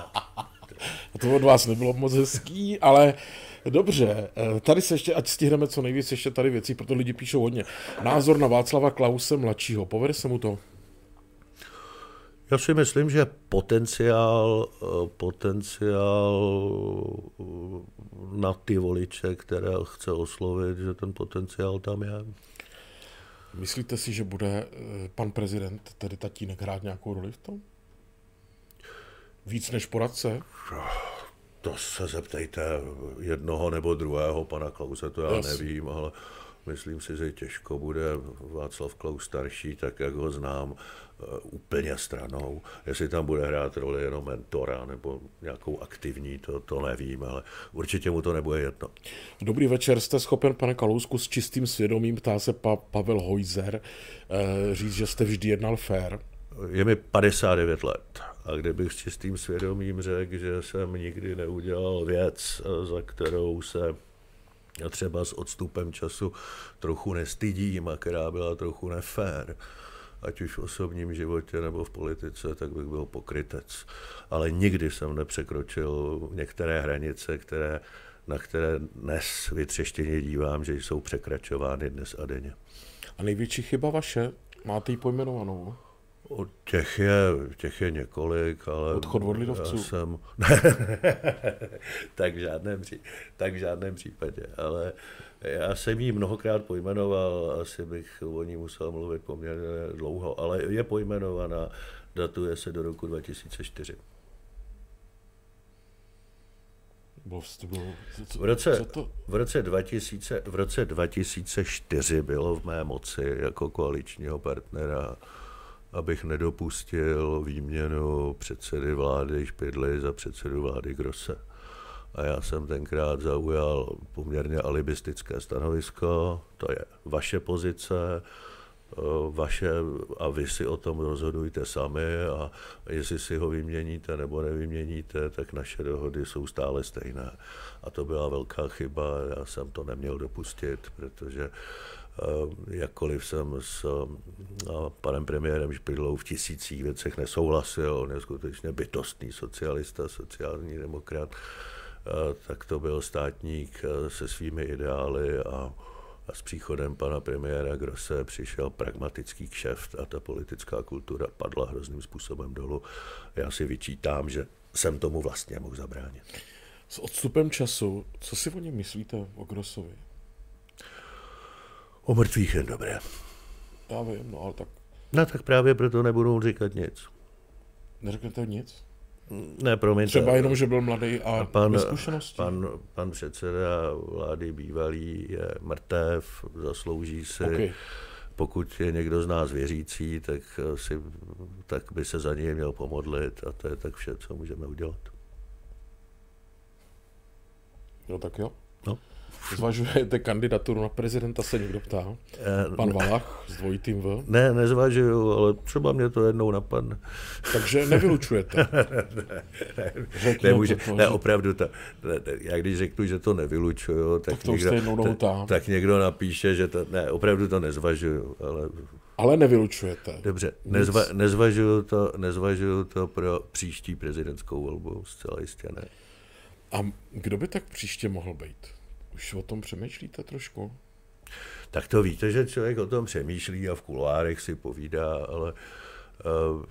A to od vás nebylo moc hezký, ale dobře, tady se ještě, ať stihneme co nejvíc ještě tady věcí, proto lidi píšou hodně. Názor na Václava Klause mladšího, povede se mu to? Já si myslím, že potenciál, potenciál na ty voliče, které chce oslovit, že ten potenciál tam je. Myslíte si, že bude pan prezident, tedy tatínek, hrát nějakou roli v tom? Víc než poradce? To se zeptejte jednoho nebo druhého pana Klause, to já Yes. nevím, ale myslím si, že těžko bude Václav Klaus starší, tak jak ho znám, úplně stranou. Jestli tam bude hrát roli jenom mentora nebo nějakou aktivní, to, to nevím, ale určitě mu to nebude jedno. Dobrý večer, jste schopen, pane Kalousku, s čistým svědomím, ptá se pa, Pavel Hojzer, eh, říct, že jste vždy jednal fair? Je mi padesát devět let a kdybych s čistým svědomím řekl, že jsem nikdy neudělal věc, za kterou se třeba s odstupem času trochu nestydím a která byla trochu nefér, ať už v osobním životě nebo v politice, tak bych byl pokrytec. Ale nikdy jsem nepřekročil některé hranice, které, na které dnes vytřeštěně dívám, že jsou překračovány dnes a denně. A největší chyba vaše? Máte ji pojmenovanou? Těch je, těch je několik, ale... Odchod od lidovců? Jsem... tak, v žádném, tak v žádném případě, ale já jsem ji mnohokrát pojmenoval, asi bych o ní musel mluvit poměrně dlouho, ale je pojmenovaná, datuje se do roku dva tisíce čtyři. V roce, v, roce dva tisíce, v roce dva tisíce čtyři bylo v mé moci jako koaličního partnera, abych nedopustil výměnu předsedy vlády Špidly za předsedu vlády Grosse. A já jsem tenkrát zaujal poměrně alibistické stanovisko, to je vaše pozice, vaše, a vy si o tom rozhodujte sami, a jestli si ho vyměníte nebo nevyměníte, tak naše dohody jsou stále stejné. A to byla velká chyba, já jsem to neměl dopustit, protože jakkoliv jsem s panem premiérem Špidlou v tisících věcech nesouhlasil, on je skutečně bytostný socialista, sociální demokrat, tak to byl státník se svými ideály, a A s příchodem pana premiéra Grosse přišel pragmatický kšeft a ta politická kultura padla hrozným způsobem dolů. Já si vyčítám, že jsem tomu vlastně mohl zabránit. S odstupem času, co si o něm myslíte, o Grossovi? O mrtvých jen dobré. Já vím, no ale tak... No tak právě proto nebudu říkat nic. Neřeknete nic? Ne, promiňte. Třeba jenom, že byl mladý a pan, bez zkušeností. Pan, pan předseda vlády bývalý je mrtev, zaslouží si. Okay. Pokud je někdo z nás věřící, tak, si, tak by se za něj měl pomodlit, a to je tak vše, co můžeme udělat. Jo, tak jo. No. Zvažujete kandidaturu na prezidenta, se někdo ptá? Pan ne, Valach s dvojitým V? Ne, nezvažuju, ale třeba mě to jednou napadne. Takže nevylučujete? ne, ne, nemůže, to, ne, opravdu, ta, ne, já když řeknu, že to nevylučuju, tak, tak, to někdo, ta, tak někdo napíše, že to, ne, opravdu to nezvažuju, ale... Ale nevylučujete? Dobře, nezva, nezvažuju, to, nezvažuju to pro příští prezidentskou volbu, zcela jistě ne. A kdo by tak příště mohl být? Už o tom přemýšlíte trošku? Tak to víte, že člověk o tom přemýšlí a v kuloárech si povídá, ale uh,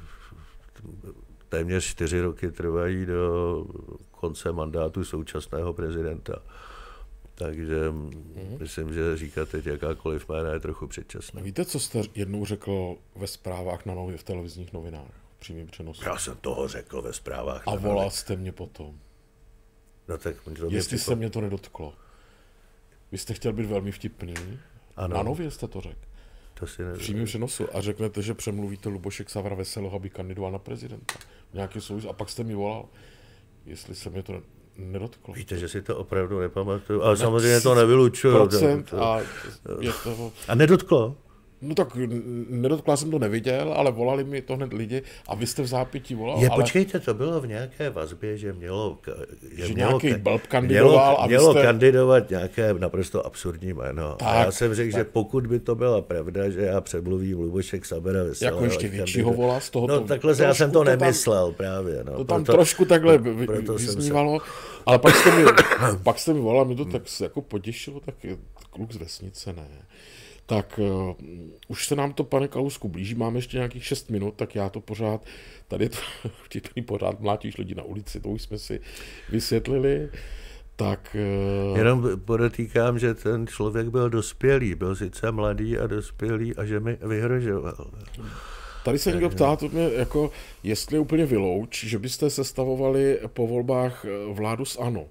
téměř čtyři roky trvají do konce mandátu současného prezidenta. Takže mm-hmm. myslím, že říkat teď jakákoliv jména je trochu předčasné. Víte, co jste jednou řekl ve zprávách na nově, v televizních novinách, v přímém přenosu? Já jsem toho řekl ve zprávách. A volal jste mě potom. No tak jestli se mě to nedotklo. Vy jste chtěl být velmi vtipný. Ano. Na nově jste to řekl. To si nevím. V přímém přenosu. A řeknete, že přemluvíte Luboše Ksavra Veselého, aby kandidoval na prezidenta. Nějaký souvis. A pak jste mi volal, jestli se mě to nedotklo. Víte, že si to opravdu nepamatuju. Ale samozřejmě to nevylučuju. Procent a, je to... a nedotklo? No tak nedotkla jsem to neviděl, ale volali mi to hned lidi a vy jste v zápětí volal. Je, ale... počkejte, to bylo v nějaké vazbě, že mělo... Že, že mělo, nějaký blb kandidoval mělo, a mělo jste... kandidovat nějaké naprosto absurdní jméno. Tak, a já jsem řekl, tak. že pokud by to byla pravda, že já přemluvím Luboše Ksavra Veselého... Jako ještě většího vola z tohoto... No takhle já jsem to nemyslel tam, právě. No, to tam proto, trošku takhle vyznívalo, se... ale pak jste, mi, pak jste mi volal, mi to tak jako potěšilo, tak kluk z vesnice, ne... Tak uh, už se nám to, pane Kalousku, blíží, máme ještě nějakých šest minut, tak já to pořád, tady to vtipný pořád mlátíš lidi na ulici, to už jsme si vysvětlili, tak... Uh... Jenom podotýkám, že ten člověk byl dospělý, byl sice mladý a dospělý a že mi vyhrožoval. Tady se někdo ptá, to mě jako, jestli je úplně vylouč, že byste sestavovali po volbách vládu s ANO.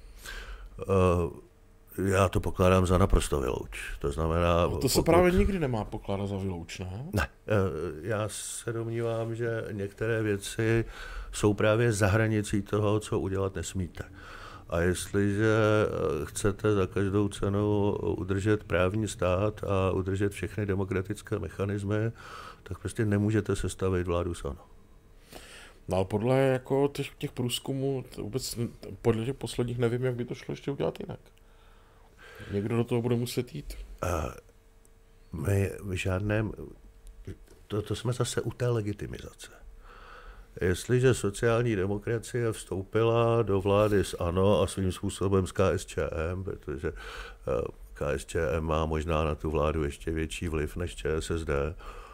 Uh, Já to pokládám za naprosto vylouč. To znamená... No to se pokud... právě nikdy nemá pokládat za vylouč, ne? Ne. Já se domnívám, že některé věci jsou právě za hranicí toho, co udělat nesmíte. A jestliže chcete za každou cenu udržet právní stát a udržet všechny demokratické mechanismy, tak prostě nemůžete sestavit vládu s ANO. No ale podle jako těch, těch průzkumů, vůbec podle těch posledních nevím, jak by to šlo ještě udělat jinak. Někdo do toho bude muset jít. A my v žádném... to, to jsme zase u té legitimizace. Jestliže sociální demokracie vstoupila do vlády s ANO a svým způsobem s K S Č M, protože K S Č M má možná na tu vládu ještě větší vliv než Č S S D,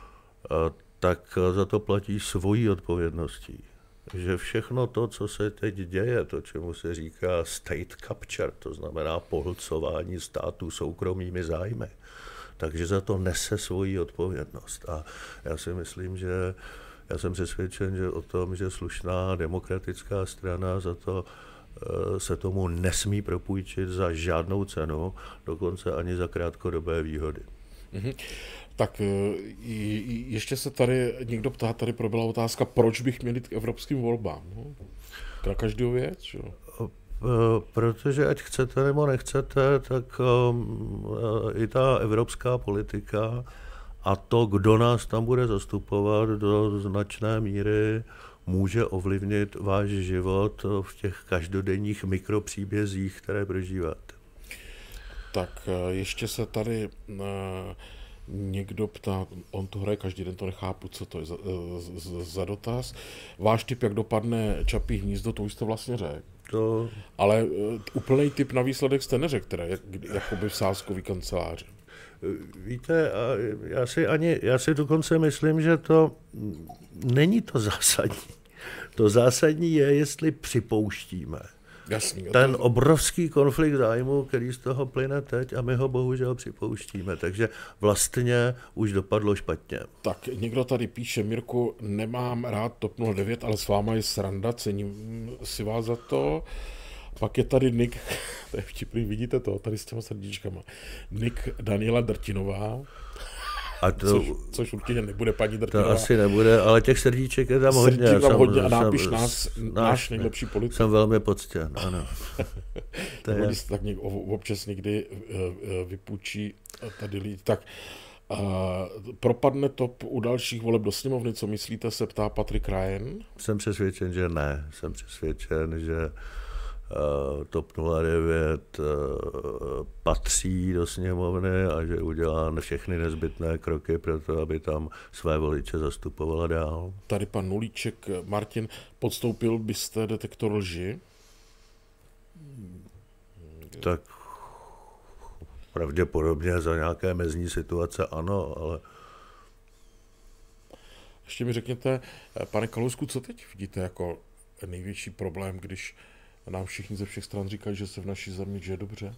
tak za to platí svojí odpovědností. Že všechno to, co se teď děje, to, čemu se říká state capture, to znamená pohlcování státu soukromými zájmy, takže za to nese svoji odpovědnost. A já si myslím, že já jsem přesvědčen, že o tom, že slušná demokratická strana za to se tomu nesmí propůjčit za žádnou cenu, dokonce ani za krátkodobé výhody. Mm-hmm. Tak ještě se tady někdo ptá, tady proběhla otázka, proč bych měl jít k evropským volbám. No, na každou věc, jo? Protože ať chcete nebo nechcete, tak i ta evropská politika a to, kdo nás tam bude zastupovat, do značné míry může ovlivnit váš život v těch každodenních mikropříbězích, které prožíváte. Tak ještě se tady někdo ptá, on to hraje každý den, to nechápu, co to je za, za, za dotaz. Váš tip, jak dopadne Čapí hnízdo, to už jste vlastně řekl. To... Ale úplný tip na výsledek jste neřekl, teda, jak, jakoby v sázkový kanceláři. Víte, já si ani, já si dokonce myslím, že to není to zásadní. To zásadní je, jestli připouštíme Jasný, ten to... obrovský konflikt zájmu, který z toho plyne teď, a my ho bohužel připouštíme. Takže vlastně už dopadlo špatně. Tak někdo tady píše, Mirku, nemám rád TOP nula devět, ale s váma je sranda, cením si vás za to. Pak je tady Nick, to je vtipný, vidíte to, tady s těma srdíčkama. Nick Daniela Drtinová, a to, což, což určitě nebude paní Drtinová. To asi nebude, ale těch srdíček je tam hodně. Srdíček tam jsem, hodně a jsem, nápiš jsem, nás, náš, náš nejlepší politik. Jsem velmi poctěn, ano. To je. Tak někdo, občas někdy vypůjčí tady lidi. Tak uh, propadne TOP u dalších voleb do sněmovny, co myslíte, se ptá Patrik Ryan? Jsem přesvědčen, že ne. Jsem přesvědčen, že TOP nula devět patří do sněmovny a že udělá všechny nezbytné kroky pro to, aby tam své voliče zastupovala dál. Tady pan Nulíček, Martin, podstoupil byste detektor lži? Tak pravděpodobně za nějaké mezní situace ano, ale... Ještě mi řekněte, pane Kalousku, co teď vidíte jako největší problém, když nám všichni ze všech stran říkají, že se v naší zemi žije dobře?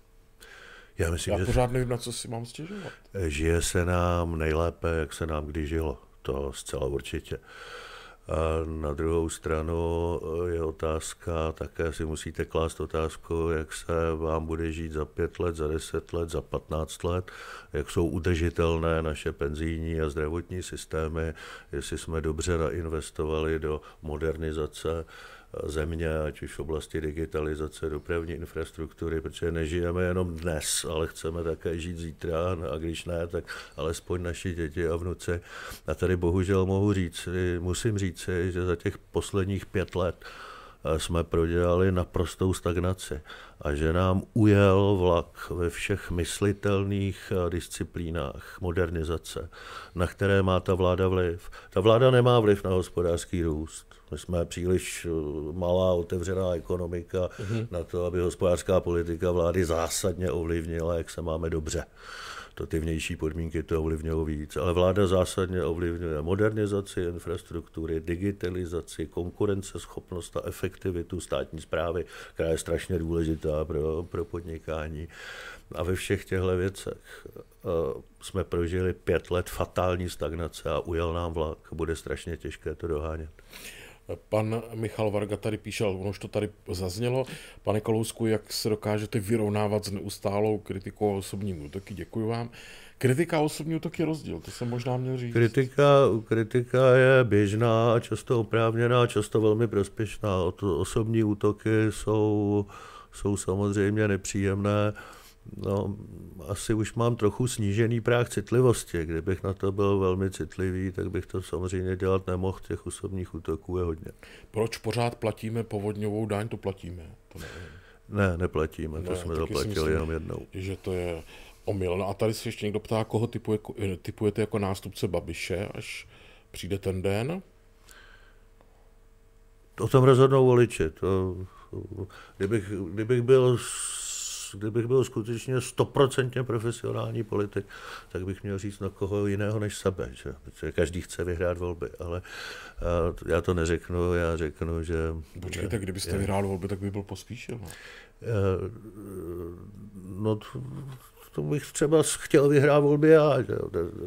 Já, myslím, Já že pořád nevím, na co si mám stěžovat. Žije se nám nejlépe, jak se nám kdy žilo. To zcela určitě. A na druhou stranu je otázka, také si musíte klást otázku, jak se vám bude žít za pět let, za deset let, za patnáct let, jak jsou udržitelné naše penzijní a zdravotní systémy, jestli jsme dobře nainvestovali do modernizace země, ať už v oblasti digitalizace, dopravní infrastruktury, protože nežijeme jenom dnes, ale chceme také žít zítra, a když ne, tak alespoň naši děti a vnuci. A tady bohužel mohu říct, musím říct, že za těch posledních pět let jsme prodělali naprostou stagnaci a že nám ujel vlak ve všech myslitelných disciplínách modernizace, na které má ta vláda vliv. Ta vláda nemá vliv na hospodářský růst. My jsme příliš malá otevřená ekonomika mm-hmm. na to, aby hospodářská politika vlády zásadně ovlivnila, jak se máme dobře. To ty vnější podmínky to ovlivňují víc, ale vláda zásadně ovlivňuje modernizaci infrastruktury, digitalizaci, konkurenceschopnost a efektivitu státní správy, která je strašně důležitá pro, pro podnikání. A ve všech těchto věcech uh, jsme prožili pět let fatální stagnace a ujel nám vlak. Bude strašně těžké to dohánět. Pan Michal Varga tady píšel, ono už to tady zaznělo. Pane Kalousku, jak se dokážete vyrovnávat s neustálou kritikou a osobními útoky? Děkuji vám. Kritika a osobní útoky je rozdíl, to jsem možná měl říct. Kritika, kritika je běžná, často oprávněná, často velmi prospěšná. Osobní útoky jsou, jsou samozřejmě nepříjemné. No, asi už mám trochu snížený práh citlivosti. Kdybych na to byl velmi citlivý, tak bych to samozřejmě dělat nemohl. Těch osobních útoků je hodně. Proč pořád platíme povodňovou daň? To platíme. To ne, neplatíme, to ne, jsme zaplatili myslím, jenom jednou. Že to je omyl. No a tady se ještě někdo ptá, koho typuje, typujete jako nástupce Babiše, až přijde ten den? O tom rozhodnou voliči. To, kdybych, kdybych byl kdybych byl skutečně stoprocentně profesionální politik, tak bych měl říct na koho jiného než sebe, že? Protože každý chce vyhrát volby, ale já to neřeknu, já řeknu, že... Počkejte, kdybyste je, vyhrál volby, tak by byl Pospíšil. No, no to, to bych třeba chtěl vyhrát volby já, že?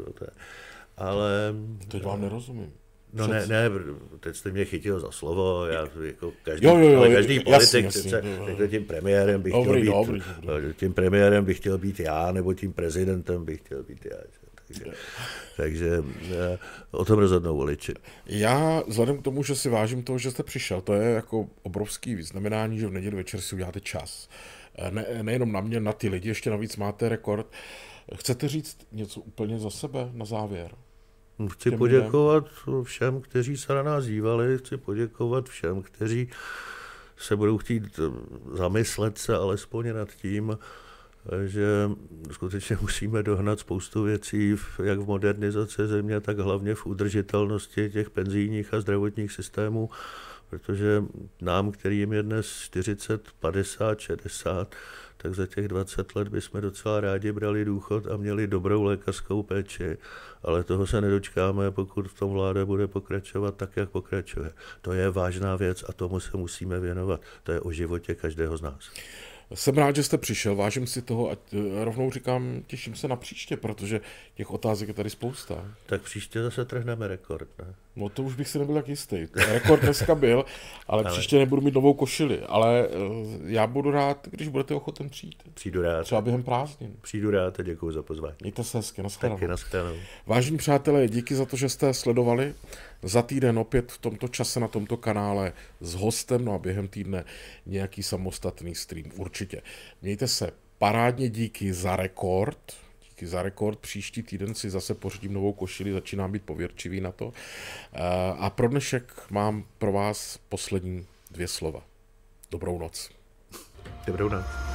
Ale... Teď vám nerozumím. No ne, ne, teď jste mě chytil za slovo, já jako každý, jo, jo, jo, ale každý jasný, politik, jasný, přece, jasný, tím premiérem bych dobrý, chtěl být, dobrý, dobrý. tím premiérem bych chtěl být já, nebo tím prezidentem bych chtěl být já. Takže, takže o tom rozhodnou voliči. Já vzhledem k tomu, že si vážím toho, že jste přišel, to je jako obrovský vyznamenání, že v neděli večer si uděláte čas. Ne, nejenom na mě, na ty lidi, ještě navíc máte rekord. Chcete říct něco úplně za sebe na závěr? Chci poděkovat všem, kteří se na nás dívali, chci poděkovat všem, kteří se budou chtít zamyslet se alespoň nad tím, že skutečně musíme dohnat spoustu věcí, jak v modernizaci země, tak hlavně v udržitelnosti těch penzijních a zdravotních systémů, protože nám, kterým je dnes čtyřicet, padesát, šedesát, tak za těch dvacet let bychom docela rádi brali důchod a měli dobrou lékařskou péči, ale toho se nedočkáme, pokud v tom vláda bude pokračovat tak, jak pokračuje. To je vážná věc a tomu se musíme věnovat. To je o životě každého z nás. Jsem rád, že jste přišel, vážím si toho a rovnou říkám, těším se na příště, protože těch otázek je tady spousta. Tak příště zase trhneme rekord, ne? No to už bych si nebyl tak jistý. Rekord dneska byl, ale, ale příště nebudu mít novou košili, ale já budu rád, když budete ochoten přijít. Přijdu rád. Třeba během prázdnin. Přijdu rád a děkuji za pozvání. Mějte se hezky, nashledanou. Taky nashledanou. Vážení přátelé, díky za to, že jste sledovali. Za týden opět v tomto čase na tomto kanále s hostem, no a během týdne nějaký samostatný stream, určitě. Mějte se parádně, díky za rekord. Díky za rekord. Příští týden si zase pořídím novou košili, začínám být pověrčivý na to. A pro dnešek mám pro vás poslední dvě slova. Dobrou noc. Dobrou noc.